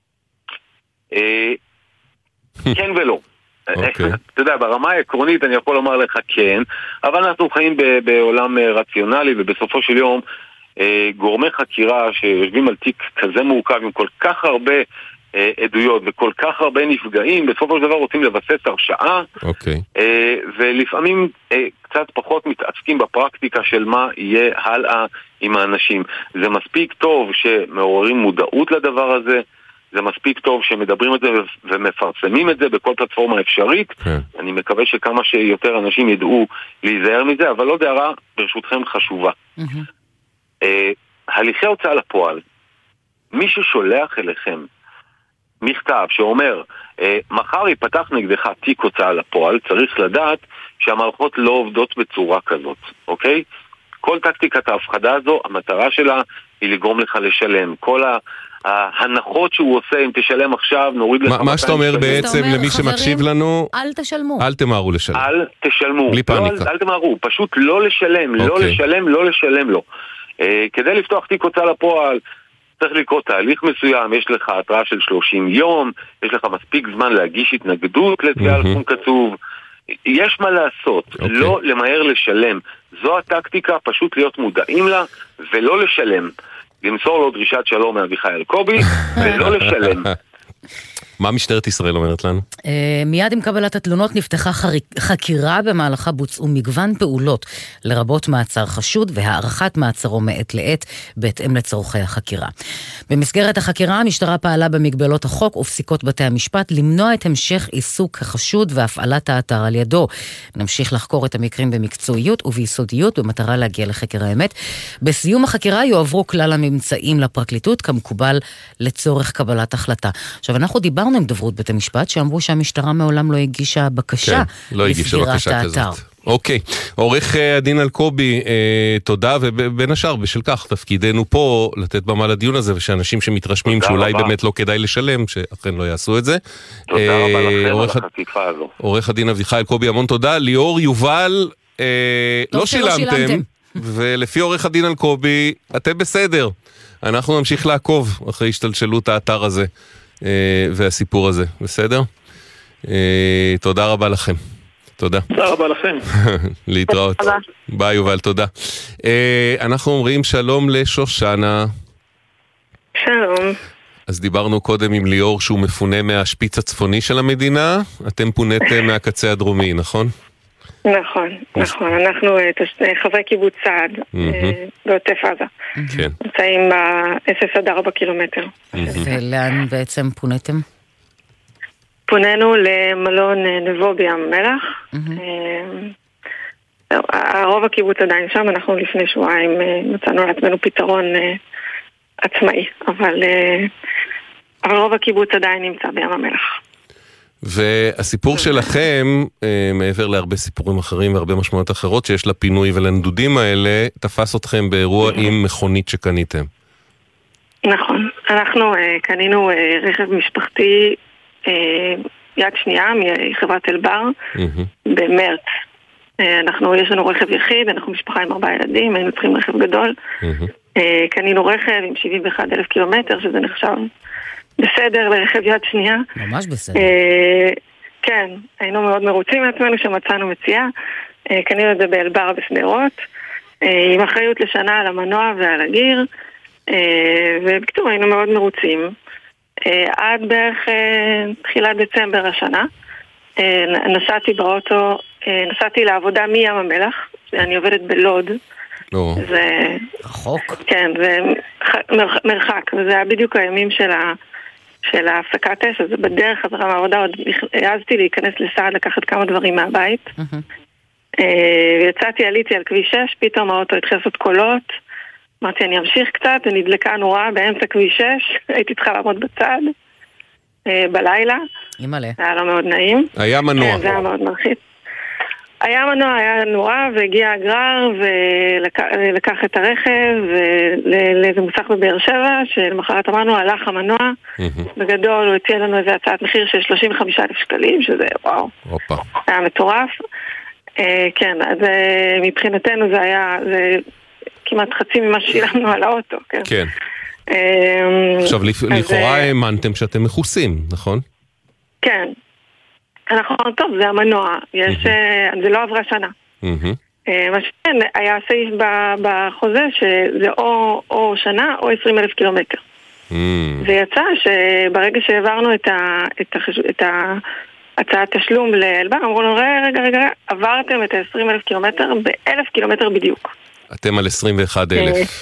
כן ולא. אתה יודע, ברמה העקרונית אני יכול לומר לך כן, אבל אנחנו חיים בעולם רציונלי, ובסופו של יום גורמי חקירה שיושבים על תיק כזה מורכב עם כל כך הרבה עדויות וכל כך הרבה נפגעים, בסופו של דבר רוצים לבסס הרשעה, ולפעמים קצת פחות מתעסקים בפרקטיקה של מה יהיה הלאה עם האנשים. זה מספיק טוב שמעוררים מודעות לדבר הזה, זה מספיק טוב שמדברים את זה ומפרסמים את זה בכל פלטפורמה אפשרית. אני מקווה שכמה שיותר אנשים ידעו להיזהר מזה, אבל עוד הערה ברשותכם חשובה. הליכי הוצאה לפועל, מי ששולח אליכם מכתב שאומר מחר ייפתח נגדך תיק הוצאה לפועל, צריך לדעת שהמערכות לא עובדות בצורה כזאת, אוקיי? כל טקטיקת ההפחדה הזו, המטרה שלה היא לגרום לך לשלם. כל ההנחות שהוא עושה, אם תשלם עכשיו, נוריד לך... מה שאתה אומר בעצם למי שמקשיב לנו... אל תשלמו. אל תמהרו לשלם. אל תשלמו. בלי פאניקה. אל תמהרו, פשוט לא לשלם, לא לשלם, לא לשלם לו. כדי לפתוח תיק הוצאה לפועל, צריך לקרוא תהליך מסוים, יש לך התראה של 30 יום, יש לך מספיק זמן להגיש התנגדות לתביעה על סכום קצוב, יש מה לעשות, לא למהר לשלם. זו הטקטיקה, פשוט להיות מודעים לה ולא לשלם. למסור לו דרישת שלום מאביחי אלקובי ולא לשלם. מה משטרת ישראל אומרת לנו? מיד עם קבלת התלונות נפתחה חקירה במהלכה בוצעו מגוון פעולות, לרבות מעצר חשוד והערכת מעצרו מעת לעת בהתאם לצורכי החקירה. במסגרת החקירה המשטרה פעלה במגבלות החוק ופסיקות בתי המשפט למנוע את המשך עיסוק החשוד והפעלת האתר על ידו. נמשיך לחקור את המקרים במקצועיות וביסודיות במטרה להגיע לחקר האמת. בסיום החקירה יועברו כלל הממצאים לפרקליטות כמקובל לצורך קבלת החלטה. עכשיו אנחנו דיברנו עם דוברות בית המשפט שאמרו שהמשטרה מעולם לא הגישה בקשה לסגירת האתר. אוקיי, עורך הדין אלקובי, תודה, ובין השאר בשל כך תפקידנו פה לתת במה לדיון הזה, ושאנשים שמתרשמים שאולי באמת לא כדאי לשלם, שאכן לא יעשו את זה. תודה רבה לכם על החשיפה הזו. עורך הדין אביחי אלקובי, המון תודה. ליאור, יובל, לא שילמתם, ולפי עורך הדין אלקובי, אתם בסדר. אנחנו נמשיך לעקוב אחרי השתלשלות האתר הזה. והסיפור הזה, בסדר? תודה רבה לכם. תודה. תודה רבה לכם. להתראות. ביי יובל, תודה. אנחנו אומרים שלום לשושנה. שלום. אז דיברנו קודם עם ליאור שהוא מפונה מהשפיץ הצפוני של המדינה, אתם פונתם מהקצה הדרומי, נכון? נכון, נכון. אנחנו חברי קיבוץ סעד בעוטף עזה. כן. נמצאים ב-0-4 קילומטר. ולאן בעצם פונתם? פוננו למלון נבו בים המלח. הרוב הקיבוץ עדיין שם, אנחנו לפני שבועיים מצאנו לעצמנו פתרון עצמאי, אבל רוב הקיבוץ עדיין נמצא בים המלח. והסיפור שלכם, מעבר להרבה סיפורים אחרים והרבה משמעויות אחרות שיש לפינוי ולנדודים האלה, תפס אתכם באירוע עם מכונית שקניתם. אנחנו קנינו רכב משפחתי יד שנייה מחברת אלבר במרץ. יש לנו רכב יחיד, אנחנו משפחה עם 4 ילדים, היינו צריכים רכב גדול. קנינו רכב עם 71,000 קילומטר, שזה נחשב בסדר לרכב יד שנייה. ממש בסדר. כן, היינו מאוד מרוצים מעצמנו שמצאנו מציאה. קנינו את זה באלבר בסנרות, עם אחריות לשנה על המנוע ועל הגיר, ובכתוב היינו מאוד מרוצים. עד בערך תחילת דצמבר השנה, נסעתי באוטו, נסעתי לעבודה מים המלח, אני עובדת בלוד. זה רחוק. כן, זה מרחק, וזה היה בדיוק הימים של ההפסקת אש, אז בדרך חזרה מהעבודה עוד העזתי להיכנס לסעד לקחת כמה דברים מהבית. ויצאתי, עליתי על כביש 6, פתאום האוטו התחיל לעשות קולות, אמרתי אני אמשיך קצת, ונדלקה נורה באמצע כביש 6, הייתי צריכה לעמוד בצד בלילה. אימא'לה. היה לא מאוד נעים. היה מנוע. כן, זה היה מאוד מלחיץ. היה מנוע, היה נורא, והגיע הגרר ולקח את הרכב לאיזה מוסך בבאר שבע, שלמחרת אמרנו הלך המנוע. בגדול הוא הציע לנו איזה הצעת מחיר של 35,000 שקלים, שזה וואו, היה מטורף. כן, אז מבחינתנו זה היה כמעט חצי ממה ששילמנו על האוטו. כן. עכשיו, לכאורה האמנתם שאתם מכוסים, נכון? כן. אנחנו אומרים, טוב, זה המנוע, זה לא עברה שנה. מה שכן, היה סעיף בחוזה שזה או שנה או 20,000 קילומטר. ויצא שברגע שהעברנו את הצעת תשלום לאלבר, אמרו לנו, רגע, עברתם את ה-20,000 קילומטר ב-1,000 קילומטר בדיוק. אתם על 21,000.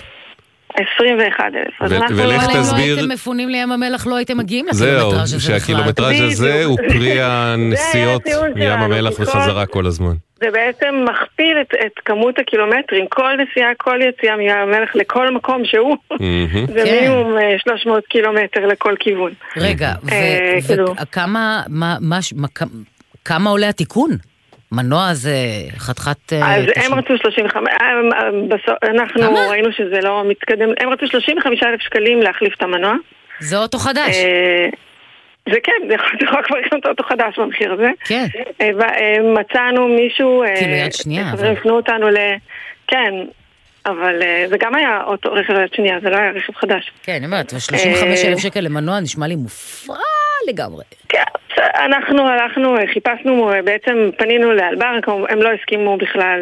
21,000. ולך תסביר... לא הייתם מפונים לים המלח, לא הייתם מגיעים לקילומטראז' הזה. זהו, שהקילומטראז' הזה הוא פרי הנסיעות מים המלח וחזרה כל הזמן. זה בעצם מכפיל את כמות הקילומטרים, כל נסיעה, כל יציאה מים המלח לכל מקום שהוא, זה מינימום 300 קילומטר לכל כיוון. רגע, וכמה עולה התיקון? מנוע זה חתיכת... אז הם רצו 35, אנחנו ראינו שזה לא מתקדם, הם רצו 35,000 שקלים להחליף את המנוע. זה אוטו חדש. זה כן, זה יכול כבר לקנות אוטו חדש במחיר הזה. כן. מצאנו מישהו... כאילו יד שנייה. הפנו אותנו כן, אבל זה גם היה אוטו רכב יד שנייה, זה לא היה רכב חדש. כן, אני אומרת, 35,000 שקל למנוע נשמע לי מופרע לגמרי. כן, אנחנו הלכנו, חיפשנו, בעצם פנינו לאלבר, הם לא הסכימו בכלל,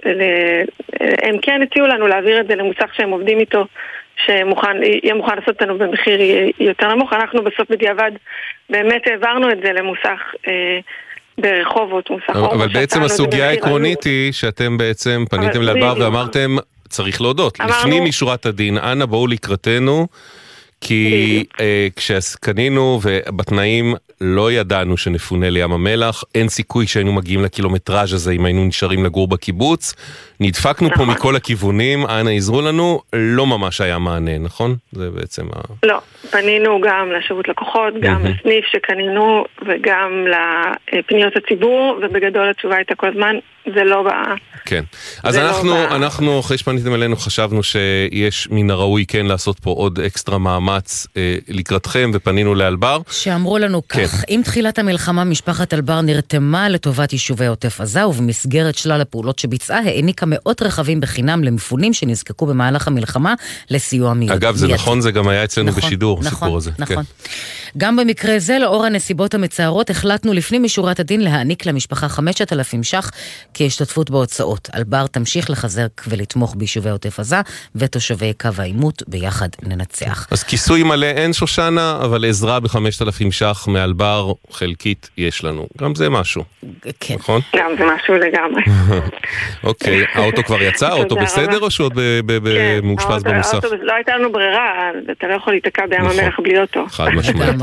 הם כן הציעו לנו להעביר את זה למוסך שהם עובדים איתו, שיהיה מוכן לעשות אותנו במחיר יותר נמוך. אנחנו בסוף בדיעבד באמת העברנו את זה למוסך ברחובות, מוסך אורבו. אבל בעצם הסוגיה העקרונית היא שאתם בעצם פניתם לאלבר ואמרתם, צריך להודות, לפנים משורת הדין, אנא בואו לקראתנו, כי כשקנינו ובתנאים לא ידענו שנפונה לים המלח, אין סיכוי שהיינו מגיעים לקילומטראז' הזה אם היינו נשארים לגור בקיבוץ, נדפקנו פה מכל הכיוונים, אנא עזרו לנו, לא ממש היה מענה, נכון? זה בעצם לא, פנינו גם לשירות לקוחות, גם לסניף שקנינו וגם לפניות הציבור, ובגדול התשובה הייתה כל הזמן, זה לא בא... כן, אז אנחנו אחרי שפניתם אלינו חשבנו שיש מן הראוי כן לעשות פה עוד אקסטרה מאמץ לקראתכם, ופנינו לאלבר. שאמרו לנו כך, עם תחילת המלחמה משפחת אלבר נרתמה לטובת יישובי עוטף עזה, ובמסגרת שלל הפעולות שביצעה העניקה מאות רכבים בחינם למפונים שנזקקו במהלך המלחמה לסיוע מיידי. אגב, זה נכון, זה גם היה אצלנו בשידור, הסיפור הזה. נכון. גם במקרה זה, לאור הנסיבות המצערות, החלטנו לפנים משורת הדין להעניק למשפחה 5,000 ש"ח כהשתתפות בהוצאות. אלבר תמשיך לחזק ולתמוך ביישובי עוטף עזה ותושבי קו העימות, ביחד ננצח. אז כיסוי מלא אין שושנה, אבל עזרה ב5,000 ש"ח מאלבר חלקית יש לנו. גם זה משהו. כן. נכון? גם זה משהו לגמרי. אוקיי, האוטו כבר יצא? האוטו בסדר או שעוד מאושפז במוסך? לא הייתה לנו ברירה, אתה לא יכול להתעקע בים המלח בלי אוטו. חד משמעית.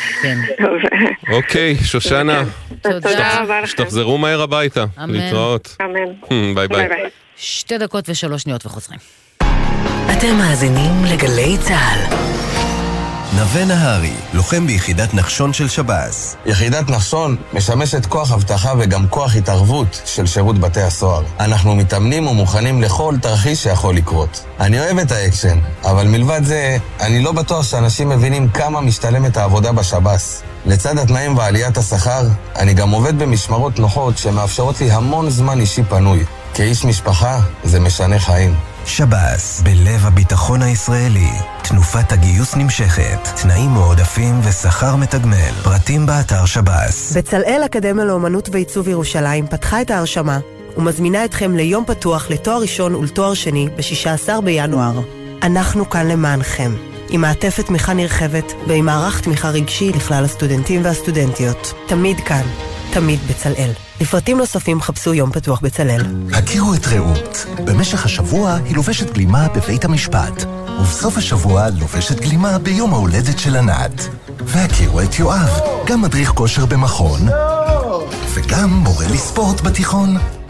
אוקיי, שושנה. תודה רבה לכם. שתחזרו מהר הביתה. להתראות. אמן. ביי ביי. 2 דקות ו3 שניות וחוזרים. אתם מאזינים לגלי צהל. נווה נהרי, לוחם ביחידת נחשון של שב"ס. יחידת נחשון משמשת כוח הבטחה וגם כוח התערבות של שירות בתי הסוהר. אנחנו מתאמנים ומוכנים לכל תרחיש שיכול לקרות. אני אוהב את האקשן, אבל מלבד זה, אני לא בטוח שאנשים מבינים כמה משתלמת העבודה בשב"ס. לצד התנאים ועליית השכר, אני גם עובד במשמרות נוחות שמאפשרות לי המון זמן אישי פנוי. כאיש משפחה, זה משנה חיים. שב"ס, בלב הביטחון הישראלי. תנופת הגיוס נמשכת, תנאים מועדפים ושכר מתגמל. פרטים באתר שב"ס. בצלאל אקדמיה לאומנות ועיצוב ירושלים פתחה את ההרשמה ומזמינה אתכם ליום פתוח לתואר ראשון ולתואר שני ב-16 בינואר. אנחנו כאן למענכם, עם מעטפת תמיכה נרחבת ועם מערך תמיכה רגשי לכלל הסטודנטים והסטודנטיות. תמיד כאן, תמיד בצלאל. לפרטים נוספים חפשו יום פתוח בצלאל. הכירו את רעות. במשך השבוע היא לובשת גלימה בבית המשפט, ובסוף השבוע לובשת גלימה ביום ההולדת של ענת. והכירו את יואב, גם מדריך כושר במכון, וגם מורה לספורט בתיכון.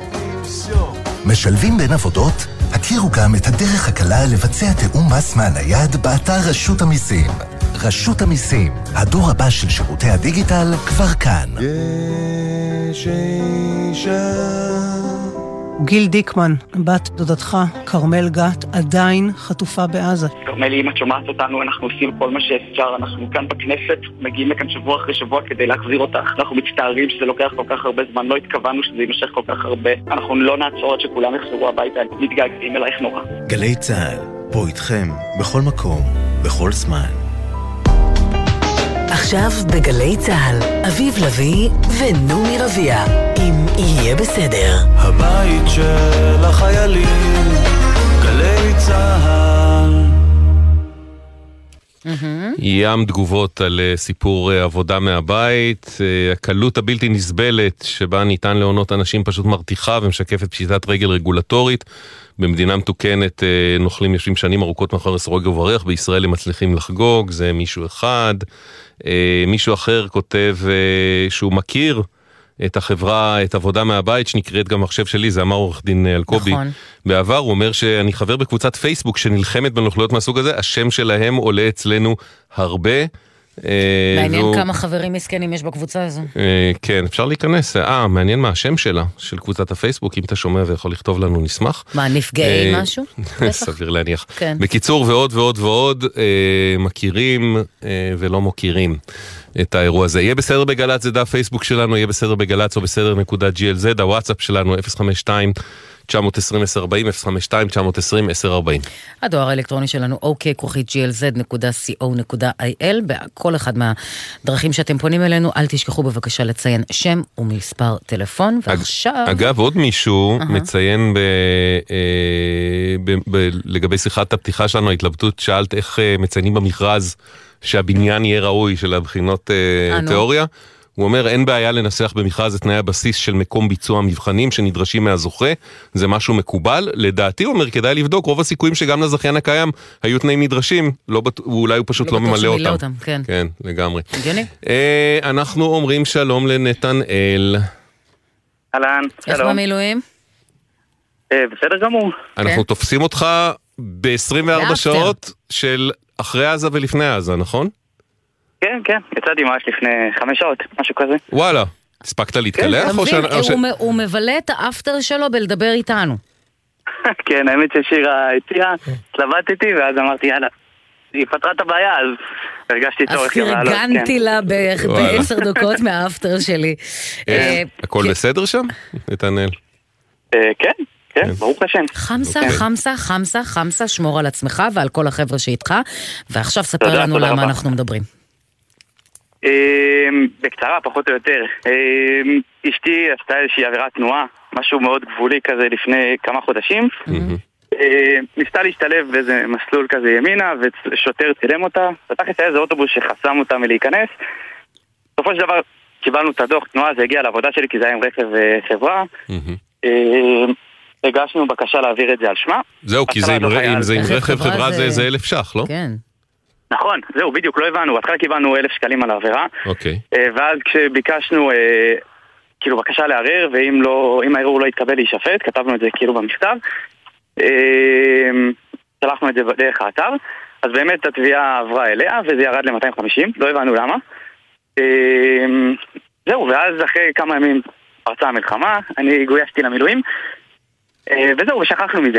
משלבים בין עבודות? הכירו גם את הדרך הקלה לבצע תיאום מס מהנייד באתר רשות המיסים. רשות המיסים, הדור הבא של שירותי הדיגיטל כבר כאן. גיל דיקמן, בת דודתך, קרמל גת, עדיין חטופה בעזה. קרמלי, אם את שומעת אותנו, אנחנו עושים כל מה שאפשר. אנחנו כאן בכנסת, מגיעים לכאן שבוע אחרי שבוע כדי להחזיר אותך. אנחנו מצטערים שזה לוקח כל כך הרבה זמן, לא התכוונו שזה יימשך כל כך הרבה. אנחנו לא נעצור עד שכולם יחזרו הביתה, מתגעגעים אלייך נורא. גלי צהל, פה איתכם, בכל מקום, בכל זמן. עכשיו בגלי צהל, אביב לביא ונעמי רביע, אם יהיה בסדר. הבית של החיילים, גלי צהל. ים תגובות על סיפור עבודה מהבית, הקלות הבלתי נסבלת שבה ניתן לעונות אנשים פשוט מרתיחה ומשקפת פשיטת רגל רגולטורית. במדינה מתוקנת נוכלים יושבים שנים ארוכות מאחורי סורג ובריח, בישראל הם מצליחים לחגוג, זה מישהו אחד. מישהו אחר כותב שהוא מכיר את החברה, את עבודה מהבית, שנקראת גם מחשב שלי, זה אמר עורך דין אלקובי. נכון. בעבר הוא אומר שאני חבר בקבוצת פייסבוק שנלחמת בנוכלויות מהסוג הזה, השם שלהם עולה אצלנו הרבה, מעניין כמה חברים מסכנים יש בקבוצה הזו. כן, אפשר להיכנס. מעניין מה השם שלה, של קבוצת הפייסבוק, אם אתה שומע ויכול לכתוב לנו, נשמח. מה, נפגעי משהו? סביר להניח. בקיצור, ועוד ועוד ועוד, מכירים ולא מוכירים את האירוע הזה. יהיה בסדר בגלץ, זה דף פייסבוק שלנו, יהיה בסדר בגלץ או בסדר.glz, הוואטסאפ שלנו 052-920-1040, 052-920-1040. הדואר האלקטרוני שלנו ok@glz.co.il. בכל אחד מהדרכים שאתם פונים אלינו, אל תשכחו בבקשה לציין שם ומספר טלפון. ועכשיו... אגב, עוד מישהו מציין לגבי שיחת הפתיחה שלנו, ההתלבטות, שאלת איך מציינים במכרז שהבניין יהיה ראוי של הבחינות תיאוריה. הוא אומר, אין בעיה לנסח במכרז את תנאי הבסיס של מקום ביצוע מבחנים שנדרשים מהזוכה, זה משהו מקובל. לדעתי, הוא אומר, כדאי לבדוק, רוב הסיכויים שגם לזכיין הקיים היו תנאים נדרשים, אולי הוא פשוט לא ממלא אותם. כן. כן, לגמרי. הגיוני. אנחנו אומרים שלום לנתנאל. אהלן, איך במילואים? בסדר גמור. אנחנו תופסים אותך ב-24 שעות של אחרי עזה ולפני עזה, נכון? כן, כן, יצאתי ממש לפני 5 שעות, משהו כזה. וואלה, הספקת להתקלח? הוא מבלה את האפטר שלו בלדבר איתנו. כן, האמת ששירה הציעה, התלבטתי, ואז אמרתי, יאללה, היא פתרה את הבעיה, אז הרגשתי צורך. אז פרגנתי לה ב10 דקות מהאפטר שלי. הכל בסדר שם, נתנאל? כן. כן, ברוך השם. חמסה, שמור על עצמך ועל כל החבר'ה שאיתך, ועכשיו ספר לנו למה אנחנו מדברים. בקצרה, פחות או יותר. אשתי עשתה איזושהי עבירת תנועה, משהו מאוד גבולי כזה לפני כמה חודשים. ניסתה להשתלב באיזה מסלול כזה ימינה, ושוטר צילם אותה, פתח את איזה אוטובוס שחסם אותה מלהיכנס. בסופו של דבר קיבלנו את הדוח תנועה, זה הגיע לעבודה שלי כי זה היה עם רכב חברה. הגשנו בקשה להעביר את זה על שמה. זהו, כי אם זה עם רכב חברה זה 1,000 ש"ח, לא? כן. נכון, זהו, בדיוק, לא הבנו. בהתחלה קיבלנו 1,000 שקלים על העבירה. אוקיי. ואז כשביקשנו, כאילו, בקשה לערער, ואם הערעור לא יתקבל להישפט, כתבנו את זה כאילו במכתב, שלחנו את זה דרך האתר, אז באמת התביעה עברה אליה, וזה ירד ל-250, לא הבנו למה. זהו, ואז אחרי כמה ימים פרצה המלחמה, אני גויסתי למילואים, וזהו, ושכחנו מזה.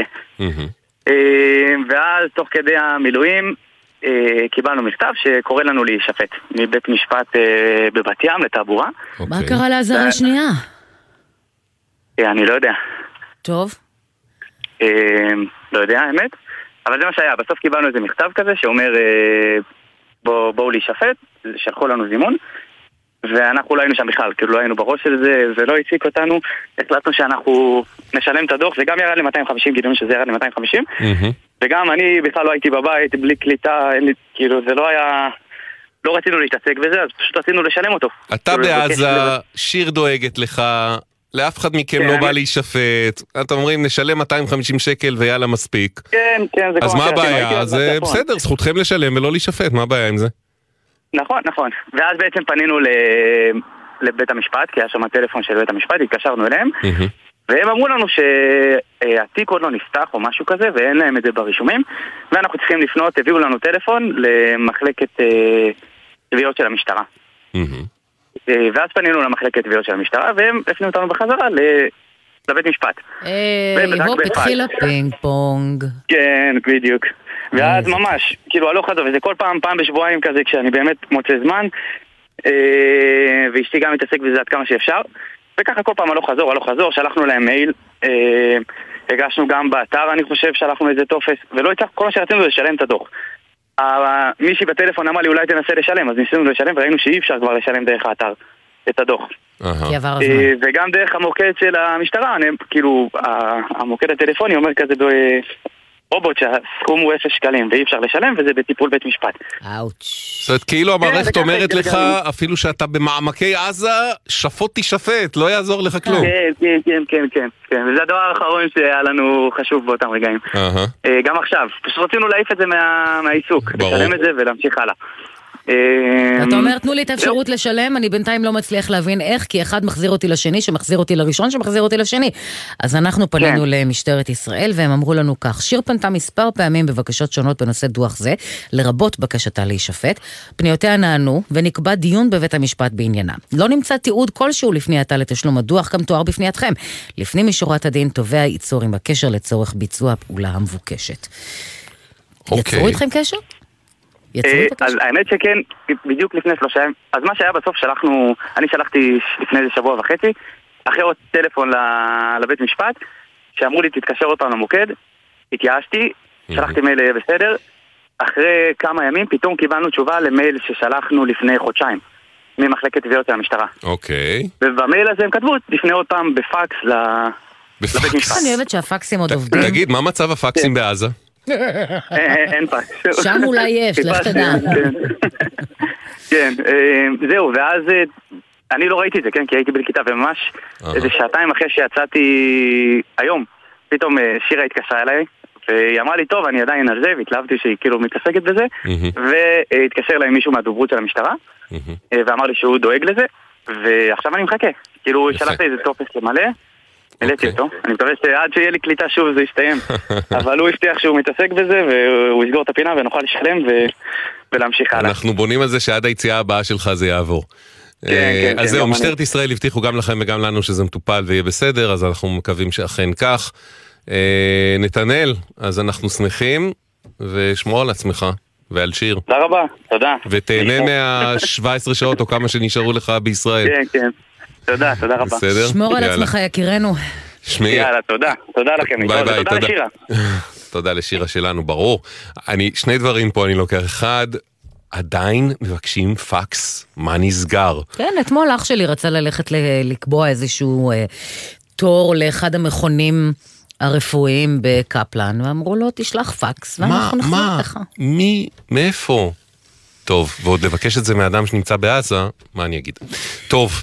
ואז תוך כדי המילואים קיבלנו מכתב שקורא לנו להישפט מבית משפט בבת ים לתעבורה. מה קרה לעזרה השנייה? אני לא יודע. טוב. לא יודע, האמת. אבל זה מה שהיה, בסוף קיבלנו איזה מכתב כזה שאומר בואו להישפט, שלחו לנו זימון, ואנחנו לא היינו שם בכלל, כאילו לא היינו בראש של זה, זה לא הציק אותנו, החלטנו שאנחנו נשלם את הדוח, זה גם ירד ל-250, גילינו שזה ירד ל-250, וגם אני בכלל לא הייתי בבית, בלי קליטה, כאילו זה לא היה, לא רצינו להתעסק בזה, אז פשוט רצינו לשלם אותו. אתה בעזה, שיר דואגת לך, לאף אחד מכם לא בא להישפט, אתם אומרים נשלם 250 שקל ויאללה מספיק. כן, כן, זה אז מה הבעיה? זה בסדר, זכותכם לשלם ולא להישפט, מה הבעיה עם זה? נכון, נכון. ואז בעצם פנינו לבית המשפט, כי היה שם הטלפון של בית המשפט, התקשרנו אליהם, והם אמרו לנו שהתיק עוד לא נפתח או משהו כזה, ואין להם את זה ברישומים, ואנחנו צריכים לפנות, הביאו לנו טלפון למחלקת תביעות של המשטרה. ואז פנינו למחלקת תביעות של המשטרה, והם הפנו אותנו בחזרה לבית משפט. הופ, התחיל הפינג פונג. כן, בדיוק. ואז ממש, כאילו הלוך חזור, וזה כל פעם בשבועיים כזה, כשאני באמת מוצא זמן, ואשתי גם מתעסק בזה עד כמה שאפשר, וככה כל פעם הלוך חזור, שלחנו להם מייל, הגשנו גם באתר, אני חושב, שלחנו איזה טופס, ולא הצלח, כל מה שרצינו זה לשלם את הדוח. מישהי בטלפון אמר לי, אולי תנסה לשלם, אז ניסינו לשלם, וראינו שאי אפשר כבר לשלם דרך האתר את הדוח. וגם דרך המוקד של המשטרה, כאילו, המוקד הטלפוני אומר כזה רובוט שהסכום הוא 0 שקלים ואי אפשר לשלם, וזה בטיפול בית משפט. זאת אומרת, כאילו המערכת אומרת לך, אפילו שאתה במעמקי עזה, שפוט תשפט, לא יעזור לך כלום. כן, וזה הדבר האחרון שהיה לנו חשוב באותם רגעים. גם עכשיו, פשוט רצינו להעיף את זה מהעיסוק, לשלם את זה ולהמשיך הלאה. אתה אומר, תנו לי את האפשרות לשלם, אני בינתיים לא מצליח להבין איך, כי אחד מחזיר אותי לשני, שמחזיר אותי לראשון, שמחזיר אותי לשני. אז אנחנו פנינו למשטרת ישראל, והם אמרו לנו כך, שיר פנתה מספר פעמים בבקשות שונות בנושא דוח זה, לרבות בקשתה להישפט, פניותיה נענו, ונקבע דיון בבית המשפט בעניינה. לא נמצא תיעוד כלשהו לפנייתה לתשלום הדוח, גם תואר בפנייתכם. לפני משורת הדין, תובע ייצור עם הקשר לצורך ביצוע הפעולה המבוקשת. יצרו איתכם קשר? אז האמת שכן, בדיוק לפני 3 ימים. אז מה שהיה בסוף אני שלחתי לפני שבוע וחצי, אחרי עוד טלפון לבית משפט, שאמרו לי תתקשר עוד פעם למוקד, התייאשתי, שלחתי מייל בסדר, אחרי כמה ימים פתאום קיבלנו תשובה למייל ששלחנו לפני חודשיים, ממחלקת תביעות המשטרה. אוקיי. ובמייל הזה הם כתבו, לפני עוד פעם בפקס לבית משפט. אני אוהבת שהפקסים עוד עובדים. תגיד, מה מצב הפקסים בעזה? אין פקס. שם אולי יש, לך תדע. כן, זהו, ואז אני לא ראיתי את זה, כן, כי הייתי בכיתה, וממש איזה שעתיים אחרי שיצאתי היום, פתאום שירה התקשרה אליי, והיא אמרה לי, טוב, אני עדיין על זה, והתלהבתי שהיא כאילו מתעסקת בזה, והתקשר אליי מישהו מהדוברות של המשטרה, ואמר לי שהוא דואג לזה, ועכשיו אני מחכה. כאילו, שלחתי איזה טופס למלא, מלאתי אותו. אני מקווה שעד שיהיה לי קליטה שוב זה יסתיים. אבל הוא הבטיח שהוא מתעסק בזה, והוא יסגור את הפינה ונוכל לשלם ולהמשיך הלאה. אנחנו בונים על זה שעד היציאה הבאה שלך זה יעבור. אז זהו, משטרת ישראל הבטיחו גם לכם וגם לנו שזה מטופל ויהיה בסדר, אז אנחנו מקווים שאכן כך. נתנאל, אז אנחנו שמחים, ושמור על עצמך ועל שיר. תודה רבה, תודה. ותהנה מה-17 שעות או כמה שנשארו לך בישראל. כן, כן. תודה, תודה רבה. בסדר? שמור על עצמך, יקירנו. יאללה, תודה. תודה לכם. ביי ביי. תודה לשירה. תודה לשירה שלנו, ברור. שני דברים פה אני לוקח. אחד, עדיין מבקשים פקס, מה נסגר? כן, אתמול אח שלי רצה ללכת לקבוע איזשהו תור לאחד המכונים הרפואיים בקפלן, ואמרו לו, תשלח פקס, ואנחנו נחזור לך. מי? מאיפה? טוב, ועוד לבקש את זה מאדם שנמצא בעזה, מה אני אגיד? טוב,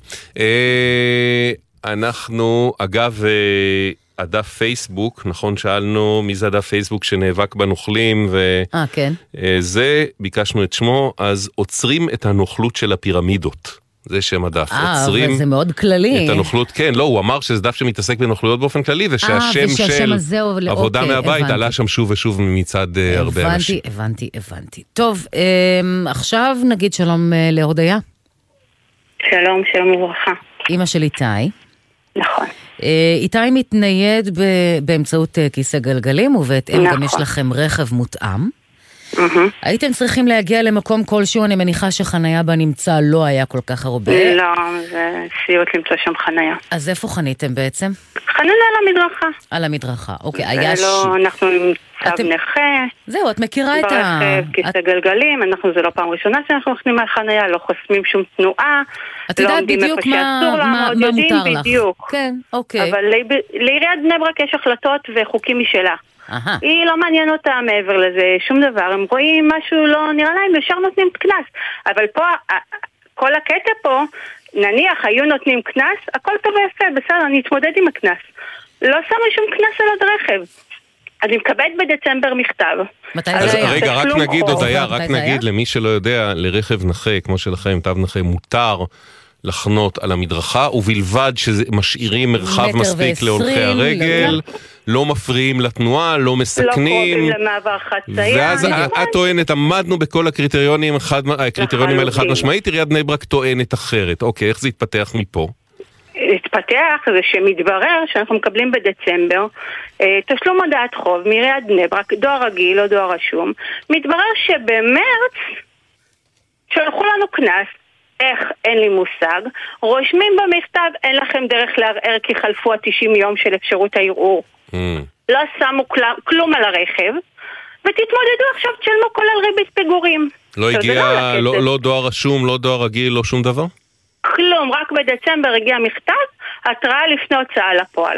אנחנו, אגב, הדף פייסבוק, נכון, שאלנו מי זה הדף פייסבוק שנאבק בנוכלים, כן. זה, ביקשנו את שמו, אז עוצרים את הנוכלות של הפירמידות. זה שם הדף. עוצרים אבל זה מאוד כללי. את הנוכלות, כן, לא, הוא אמר שזה דף שמתעסק בנוכלויות באופן כללי, ושהשם של עבודה מהבית עלה שם שוב ושוב מצד הרבה אנשים. הבנתי. טוב, עכשיו נגיד שלום להודיה. שלום, שלום וברכה. אמא של איתי. נכון. איתי מתנייד באמצעות כיסא גלגלים, ובהתאם גם יש לכם רכב מותאם. הייתם צריכים להגיע למקום כלשהו, אני מניחה שחנייה בנמצא לא היה כל כך הרבה. לא, זה סיוט למצוא שם חנייה. אז איפה חניתם בעצם? חנינו על המדרכה. על המדרכה, אוקיי. לא, אנחנו צו נכה. זהו, את מכירה את ה... ברכב, כיסא גלגלים, זה לא פעם ראשונה שאנחנו הולכים מהחנייה, לא חוסמים שום תנועה. את יודעת בדיוק מה מותר לך. בדיוק. כן, אוקיי. אבל לעיריית בני ברק יש החלטות וחוקים משלה. היא לא מעניין אותה מעבר לזה שום דבר, הם רואים משהו לא נראה להם, ישר נותנים קנס. אבל פה, כל הקטע פה, נניח היו נותנים קנס, הכל טוב ויפה, בסדר, אני אתמודד עם הקנס. לא שמו שום קנס על עוד רכב. אז אני מקבלת בדצמבר מכתב. מתי זה היה? רגע, רק נגיד הודיה, רק נגיד למי שלא יודע, לרכב נכה, כמו שלכם, תו נכה, מותר לחנות על המדרכה, ובלבד שמשאירים מרחב מספיק להולכי הרגל, לא מפריעים לתנועה, לא מסכנים. לא קרובים למעבר חצייה. ואז את טוענת, עמדנו בכל הקריטריונים, הקריטריונים האלה חד משמעית, עיריית בני ברק טוענת אחרת. אוקיי, איך זה התפתח מפה? התפתח זה שמתברר שאנחנו מקבלים בדצמבר תשלום הודעת חוב מעיריית בני ברק, דואר רגיל או דואר רשום. מתברר שבמרץ שלחו לנו קנס, איך אין לי מושג, רושמים במכתב אין לכם דרך לערער כי חלפו 90 יום של אפשרות הערעור. לא שמו כלום על הרכב, ותתמודדו עכשיו, תשלמו כולל ריבית פיגורים. לא הגיע, לא דואר רשום, לא דואר רגיל, לא שום דבר? כלום, רק בדצמבר הגיע מכתב, התראה לפני הוצאה לפועל.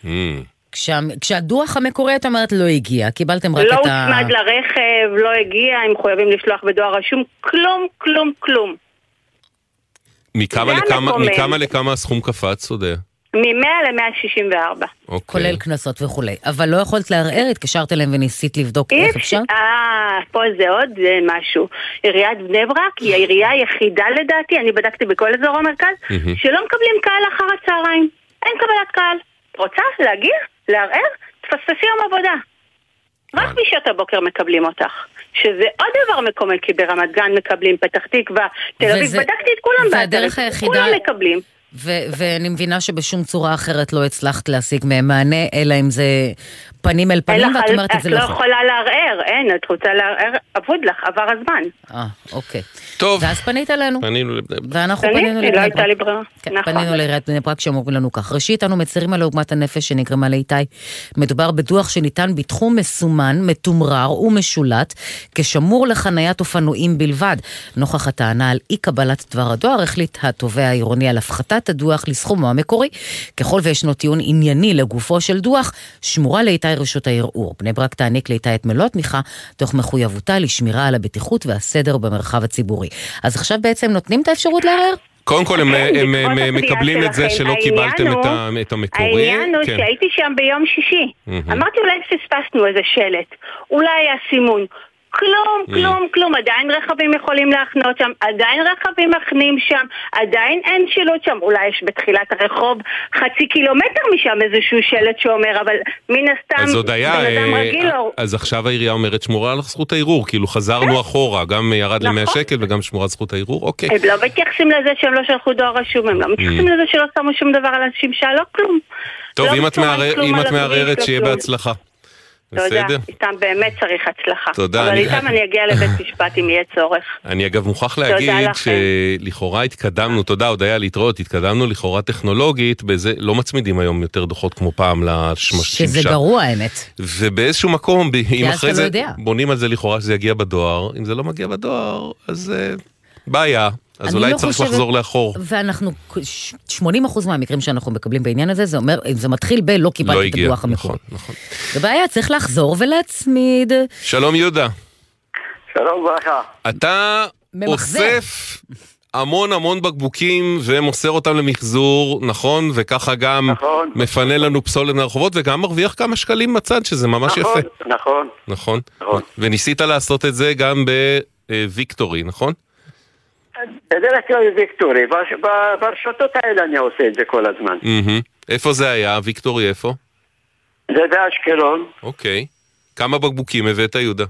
כשהדוח המקורי את אומרת לא הגיע, קיבלתם רק את ה... לא הוצמד לרכב, לא הגיע, הם חייבים לשלוח בדואר רשום, כלום. מכמה לכמה הסכום קפץ, יודע? מ-100 ל-164. כולל כנסות וכולי. אבל לא יכולת לערער, התקשרת אליהם וניסית לבדוק איך אפשר? פה זה עוד משהו. עיריית בני ברק היא העירייה היחידה לדעתי, אני בדקתי בכל אזור המרכז, שלא מקבלים קהל אחר הצהריים. אין קבלת קהל. רוצה להגיע? לערער? תפספסי יום עבודה. רק בשעות הבוקר מקבלים אותך. שזה עוד דבר מקומם, כי ברמת גן מקבלים, פתח תקווה, תל אביב, בדקתי את כולם והדרך היחידה... כולם מקבלים. ואני מבינה שבשום צורה אחרת לא הצלחת להשיג מהם מענה, אלא אם זה פנים אל פנים, ואת אומרת את זה לא יכול. את לא יכולה לערער, אין, את רוצה לערער, עבוד לך, עבר הזמן. אוקיי. טוב. ואז פנית אלינו. פנינו לבני ברק. ואנחנו פנינו לבני ברק. לא הייתה לי ברירה. פנינו לעיריית בני ברק שאומרים לנו כך. ראשית, אנו מצרים על עוגמת הנפש שנגרמה לאיתי. מדובר בדוח שניתן בתחום מסומן, מתומרר ומשולט, כשמור לחניית אופנועים בלבד. נוכח הטענה על אי קבלת דבר הדואר, החליט התובע העירוני על הפחתת הדוח לסכומו המקורי. ככל וישנו טיעון ענייני לגופו של דוח, שמורה לאיתי רשות הערעור. בני ברק תעניק לאיתי את מלוא התמיכה, תוך מחויבותה לשמירה על הבטיחות והסדר במרחב הציבורי. אז עכשיו בעצם נותנים את האפשרות לערער? קודם כל הם מקבלים את זה שלא קיבלתם את המקורי. העניין הוא שהייתי שם ביום שישי. אמרתי אולי פספסנו איזה שלט. אולי היה סימון. כלום, עדיין רכבים יכולים להחנות שם, עדיין רכבים מחנים שם, עדיין אין שילוט שם, אולי יש בתחילת הרחוב 0.5 קילומטר משם איזשהו שלט שאומר, אבל מן הסתם בן אדם רגיל לא. אז עכשיו העירייה אומרת שמורה על זכות הערעור, כאילו חזרנו אחורה, גם ירד ל100 שקל וגם שמורה על זכות הערעור, אוקיי. הם לא מתייחסים לזה שהם לא שלחו דואר רשום, הם לא מתייחסים לזה שלא שמו שום דבר על השמשה, לא כלום. טוב, אם את מערערת שיהיה בהצלחה. תודה, איתם באמת צריך הצלחה. תודה. אבל איתם אני אגיע לבית משפט אם יהיה צורך. אני אגב מוכרח להגיד שלכאורה התקדמנו, תודה הודיה להתראות, התקדמנו לכאורה טכנולוגית, בזה לא מצמידים היום יותר דוחות כמו פעם לשמשים שם. שזה גרוע האמת. ובאיזשהו מקום, אם אחרי זה בונים על זה לכאורה שזה יגיע בדואר, אם זה לא מגיע בדואר, אז בעיה. אז אולי צריך לחזור לאחור. ואנחנו, 80% מהמקרים שאנחנו מקבלים בעניין הזה, זה אומר, אם זה מתחיל לא קיבלתי את הדוח המקורי. נכון. זה בעיה, צריך לחזור ולהצמיד. שלום יהודה. שלום ברכה. אתה אוסף המון בקבוקים ומוסר אותם למחזור, נכון? וככה גם מפנה לנו פסולת מהרחובות, וגם מרוויח כמה שקלים מצד, שזה ממש יפה. נכון. וניסית לעשות את זה גם בוויקטורי, נכון? בדרך כלל ויקטורי, ברשתות האלה אני עושה את זה כל הזמן. איפה זה היה? ויקטורי איפה? זה באשקלון. אוקיי. כמה בקבוקים הבאת יהודה?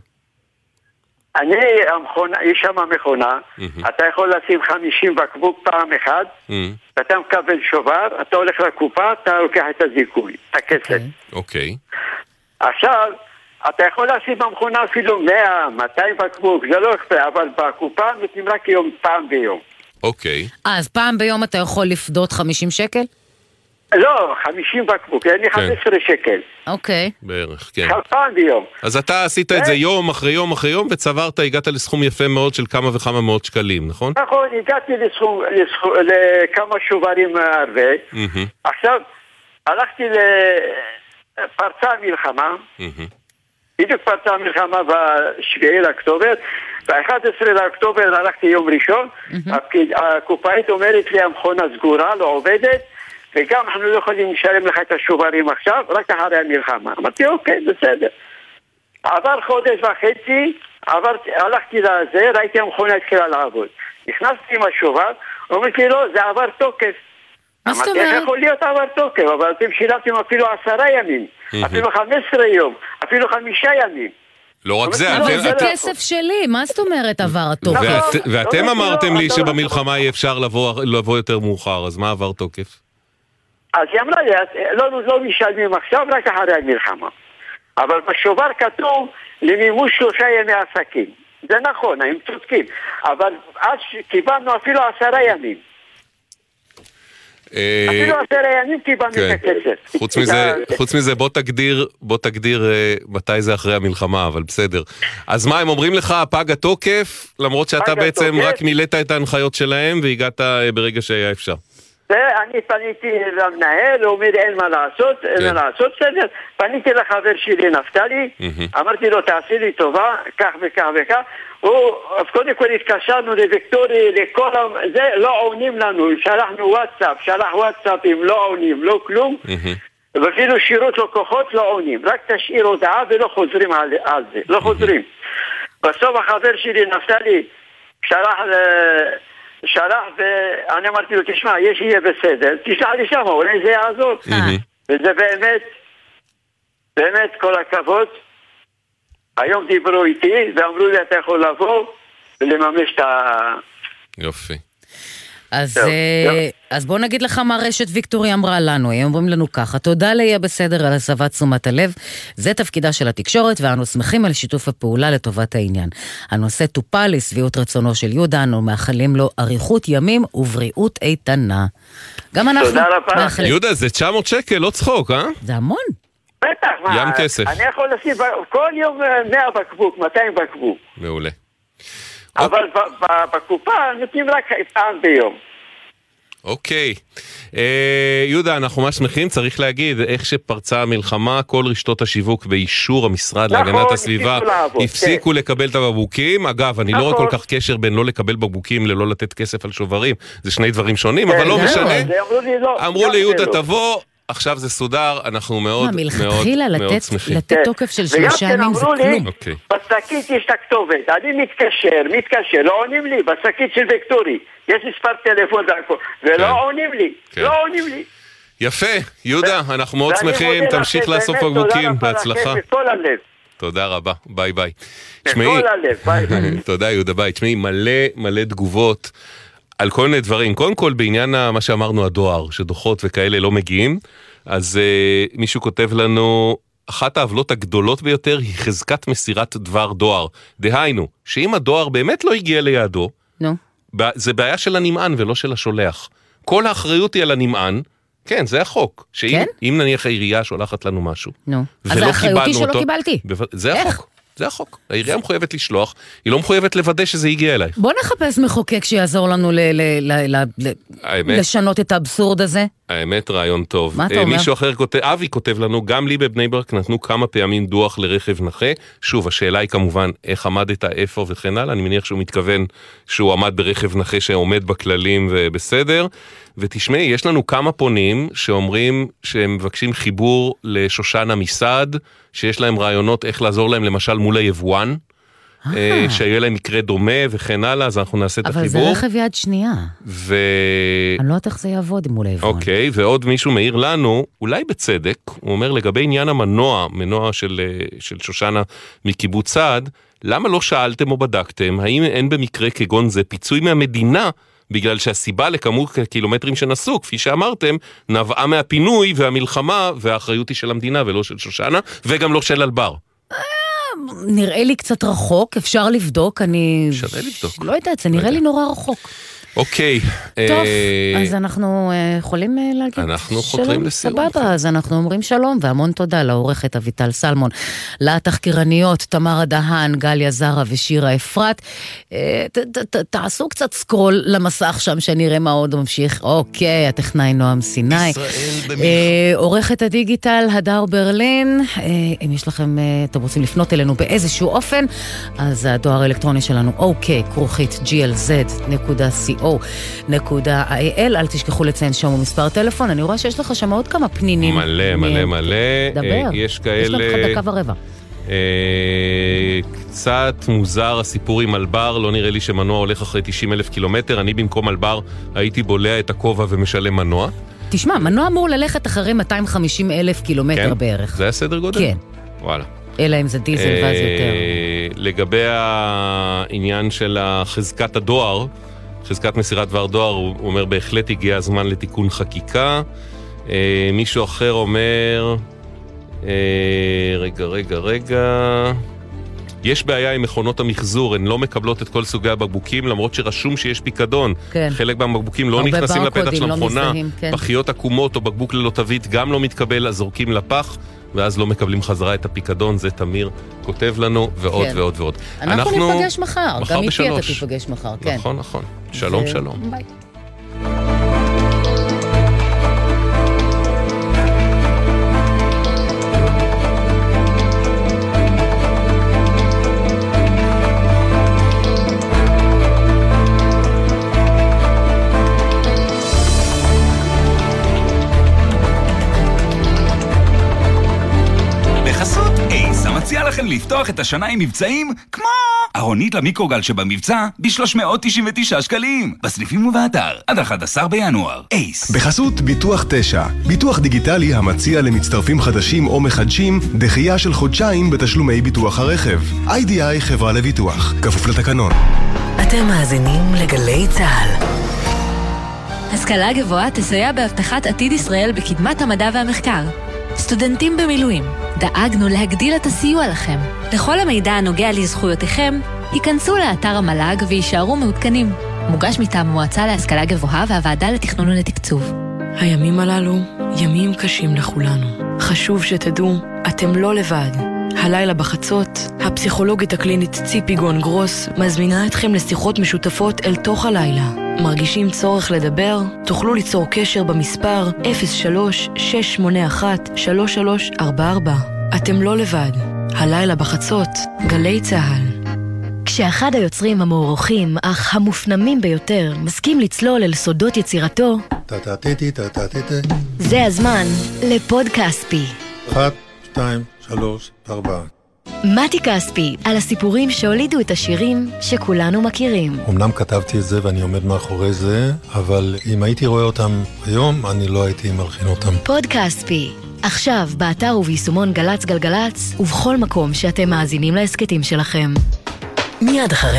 יש שם מכונה, אתה יכול לשים 50 בקבוק פעם אחד, ואתה מקבל שובר, אתה הולך לקופה, אתה לוקח את הזיכוי, את הכסף. אוקיי. עכשיו, אתה יכול לשים במכונה אפילו 100, 200 בקבוק, זה לא אכפה, אבל בקופה נותנים רק פעם ביום. אוקיי. אז פעם ביום אתה יכול לפדות 50 שקל? לא, 50 בקבוק, אני 15 שקל. אוקיי. בערך, כן. פעם ביום. אז אתה עשית את זה יום אחרי יום אחרי יום, וצברת, הגעת לסכום יפה מאוד של כמה וכמה מאות שקלים, נכון? נכון, הגעתי לכמה שוברים הרבה. עכשיו, הלכתי לפרצה המלחמה, בדיוק פרצה המלחמה ב7 לאוקטובר, ב11 לאוקטובר הלכתי יום ראשון, הקופאית אומרת לי המכונה סגורה, לא עובדת, וגם אנחנו לא יכולים לשלם לך את השוברים עכשיו, רק אחרי המלחמה. אמרתי, אוקיי, בסדר. עבר חודש וחצי, הלכתי לזה, ראיתי המכונה התחילה לעבוד. נכנסתי עם השובר, אומרת לי, לא, זה עבר תוקף. אמרתי, איך יכול להיות עבר תוקף? אבל אתם שילמתם אפילו 10 ימים, אפילו 15 יום, אפילו 5 ימים. לא רק זה, אבל זה כסף שלי, מה זאת אומרת עבר התוקף? ואתם אמרתם לי שבמלחמה אי אפשר לבוא יותר מאוחר, אז מה עבר תוקף? אז היא אמרה לי, לא משלמים עכשיו, רק אחרי המלחמה. אבל בשובר כתוב למימוש 3 ימי עסקים. זה נכון, הם צודקים. אבל אז קיבלנו אפילו 10 ימים. אפילו 10 ימים קיבלנו את הכסף. חוץ מזה, בוא תגדיר מתי זה אחרי המלחמה, אבל בסדר. אז מה, הם אומרים לך, פג התוקף, למרות שאתה בעצם רק מילאת את ההנחיות שלהם, והגעת ברגע שהיה אפשר. ואני פניתי למנהל, הוא אומר אין מה לעשות, אין מה לעשות, בסדר. פניתי לחבר שלי נפתלי, אמרתי לו תעשי לי טובה, כך וכך וכך. אז קודם כל התקשרנו לוויקטורי, לכל זה, לא עונים לנו, שלחנו וואטסאפים, לא עונים, לא כלום. ואפילו שירות לקוחות לא עונים, רק תשאיר הודעה ולא חוזרים על זה, לא חוזרים. בסוף החבר שלי נפתלי שלח ואני אמרתי לו תשמע, יהיה בסדר, תשלח לי שם, אולי זה יעזור. וזה באמת כל הכבוד. היום דיברו איתי ואמרו לי אתה יכול לבוא ולממש את יופי. אז בוא נגיד לך מה רשת ויקטורי אמרה לנו. הם אומרים לנו ככה: תודה ליהיה בסדר על הסבת תשומת הלב, זה תפקידה של התקשורת ואנו שמחים על שיתוף הפעולה לטובת העניין. הנושא טופל לשביעות רצונו של יהודה, אנו מאחלים לו אריכות ימים ובריאות איתנה. גם אנחנו מאחלים. יהודה, זה 900 שקל, לא צחוק, אה? זה המון. בטח, ים כסף. אני יכול לשים כל יום 100 בקבוק, 200 בקבוק. מעולה. אבל בקופה נותנים רק פעם ביום. אוקיי. יהודה, אנחנו ממש שמחים, צריך להגיד, איך שפרצה המלחמה, כל רשתות השיווק באישור המשרד להגנת הסביבה הפסיקו לקבל את הבקבוקים. אגב, אני לא רואה כל כך קשר בין לא לקבל בקבוקים ללא לתת כסף על שוברים, זה שני דברים שונים, אבל לא משנה. אמרו לי, יהודה, תבוא, עכשיו זה סודר, אנחנו מאוד מאוד שמחים. לתת תוקף של 3 ימים זה כלום. בשקית יש את הכתובת, אני מתקשר, לא עונים לי, בשקית של ויקטורי, יש מספר טלפון ולא עונים לי, לא עונים לי. יפה, יהודה, אנחנו מאוד שמחים, תמשיך לאסוף בקבוקים, בהצלחה. תודה רבה, ביי ביי. תודה יהודה, ביי. תשמעי, מלא תגובות על כל מיני דברים. קודם כל בעניין מה שאמרנו הדואר, שדוחות וכאלה לא מגיעים, אז מישהו כותב לנו, אחת העוולות הגדולות ביותר היא חזקת מסירת דבר דואר. דהיינו, שאם הדואר באמת לא הגיע ליעדו, זה בעיה של הנמען ולא של השולח. כל האחריות היא על הנמען, כן, זה החוק. שאם נניח העירייה שולחת לנו משהו, אז האחריות היא שלא קיבלתי. זה החוק. זה החוק. העירייה מחויבת לשלוח, היא לא מחויבת לוודא שזה הגיע אלייך. בוא נחפש מחוקק שיעזור לנו לשנות את האבסורד הזה. האמת, רעיון טוב. מה אתה אומר? מישהו אחר כותב, אבי כותב לנו, גם לי בבני ברק נתנו כמה פעמים דוח לרכב נכה. שוב, השאלה היא כמובן, איך עמדת, איפה וכן הלאה. אני מניח שהוא מתכוון שהוא עמד ברכב נכה שעומד בכללים ובסדר. ותשמעי, יש לנו כמה פונים שאומרים שהם מבקשים חיבור לשושנה מסעד, שיש להם רעיונות איך לעזור להם למשל מול היבואן, שיהיה להם מקרה דומה וכן הלאה, אז אנחנו נעשה את החיבור. אבל זה רכב יד שנייה. אני לא יודעת איך זה יעבוד מול היבואן. אוקיי, ועוד מישהו מעיר לנו, אולי בצדק, הוא אומר לגבי עניין מנוע של שושנה מקיבוץ סעד, למה לא שאלתם או בדקתם, האם אין במקרה כגון זה פיצוי מהמדינה, בגלל שהסיבה לכמות קילומטרים שנסו, כפי שאמרתם, נבעה מהפינוי והמלחמה, והאחריות היא של המדינה ולא של שושנה, וגם לא של אלבר. נראה לי קצת רחוק, אפשר לבדוק, שווה לבדוק. לא יודעת, זה נראה לי נורא רחוק. אוקיי. טוב, אז אנחנו יכולים להגיד אנחנו חותרים לסיום. סבבה, אז אנחנו אומרים שלום, והמון תודה לעורכת אביטל סלמון, לתחקירניות תמרה דהן, גליה זרה ושירה אפרת. תעשו קצת סקרול למסך שם, שנראה מה עוד ממשיך. אוקיי, הטכנאי נועם סיני. עורכת הדיגיטל הדר ברלין. אם יש לכם, אתם רוצים לפנות אלינו באיזשהו אופן, אז הדואר האלקטרוני שלנו, glz.co.il. אל תשכחו לציין שם ומספר טלפון. אני רואה שיש לך שם עוד כמה פנינים. מלא. דבר. יש כאלה... יש לך דקה ורבע. קצת מוזר הסיפור עם אלבר, לא נראה לי שמנוע הולך אחרי 90,000 קילומטר. אני במקום אלבר הייתי בולע את הכובע ומשלם מנוע. תשמע, מנוע אמור ללכת אחרי 250,000 קילומטר בערך. זה הסדר גודל? כן. וואלה. אלא אם זה דיזל ואז יותר. לגבי העניין של חזקת הדואר, חזקת מסירת דבר דואר, הוא אומר בהחלט הגיע הזמן לתיקון חקיקה. מישהו אחר אומר, רגע, יש בעיה עם מכונות המחזור, הן לא מקבלות את כל סוגי הבקבוקים, למרות שרשום שיש פיקדון. כן. חלק מהבקבוקים לא נכנסים לפתח של המכונה, כן. פחיות עקומות או בקבוק ללא תווית גם לא מתקבל, אז זורקים לפח, ואז לא מקבלים חזרה את הפיקדון. זה תמיר כותב לנו, ועוד כן. ועוד. אנחנו ניפגש מחר, גם איתי אתה ב3. תיפגש מחר, כן. נכון. שלום. ביי. לפתוח את השנה עם מבצעים כמו ארונית למיקרוגל שבמבצע ב-399 שקלים. בסניפים ובאתר עד 11 בינואר. אייס. בחסות ביטוח 9, ביטוח דיגיטלי המציע למצטרפים חדשים או מחדשים דחייה של חודשיים בתשלומי ביטוח הרכב. IDI חברה לביטוח, כפוף לתקנון. אתם מאזינים לגלי צהל. השכלה גבוהה תסייע בהבטחת עתיד ישראל בקדמת המדע והמחקר. סטודנטים במילואים, דאגנו להגדיל את הסיוע לכם. לכל המידע הנוגע לזכויותיכם, היכנסו לאתר המל"ג וישארו מעודכנים. מוגש מטעם מועצה להשכלה גבוהה והוועדה לתכנון ולתקצוב. הימים הללו ימים קשים לכולנו. חשוב שתדעו, אתם לא לבד. הלילה בחצות, הפסיכולוגית הקלינית ציפי גון גרוס מזמינה אתכם לשיחות משותפות אל תוך הלילה. מרגישים צורך לדבר? תוכלו ליצור קשר במספר 03-681-3344. אתם לא לבד. הלילה בחצות, גלי צהל. כשאחד היוצרים המוערוכים, אך המופנמים ביותר, מסכים לצלול אל סודות יצירתו, זה הזמן לפוד כספי. 1, 2, 3, 4. מתי כספי, על הסיפורים שהולידו את השירים שכולנו מכירים. אמנם כתבתי את זה ואני עומד מאחורי זה, אבל אם הייתי רואה אותם היום, אני לא הייתי מלחין אותם. פוד כספי, עכשיו באתר וביישומון גלץ גלגלץ, ובכל מקום שאתם מאזינים להסקטים שלכם. מיד אחרי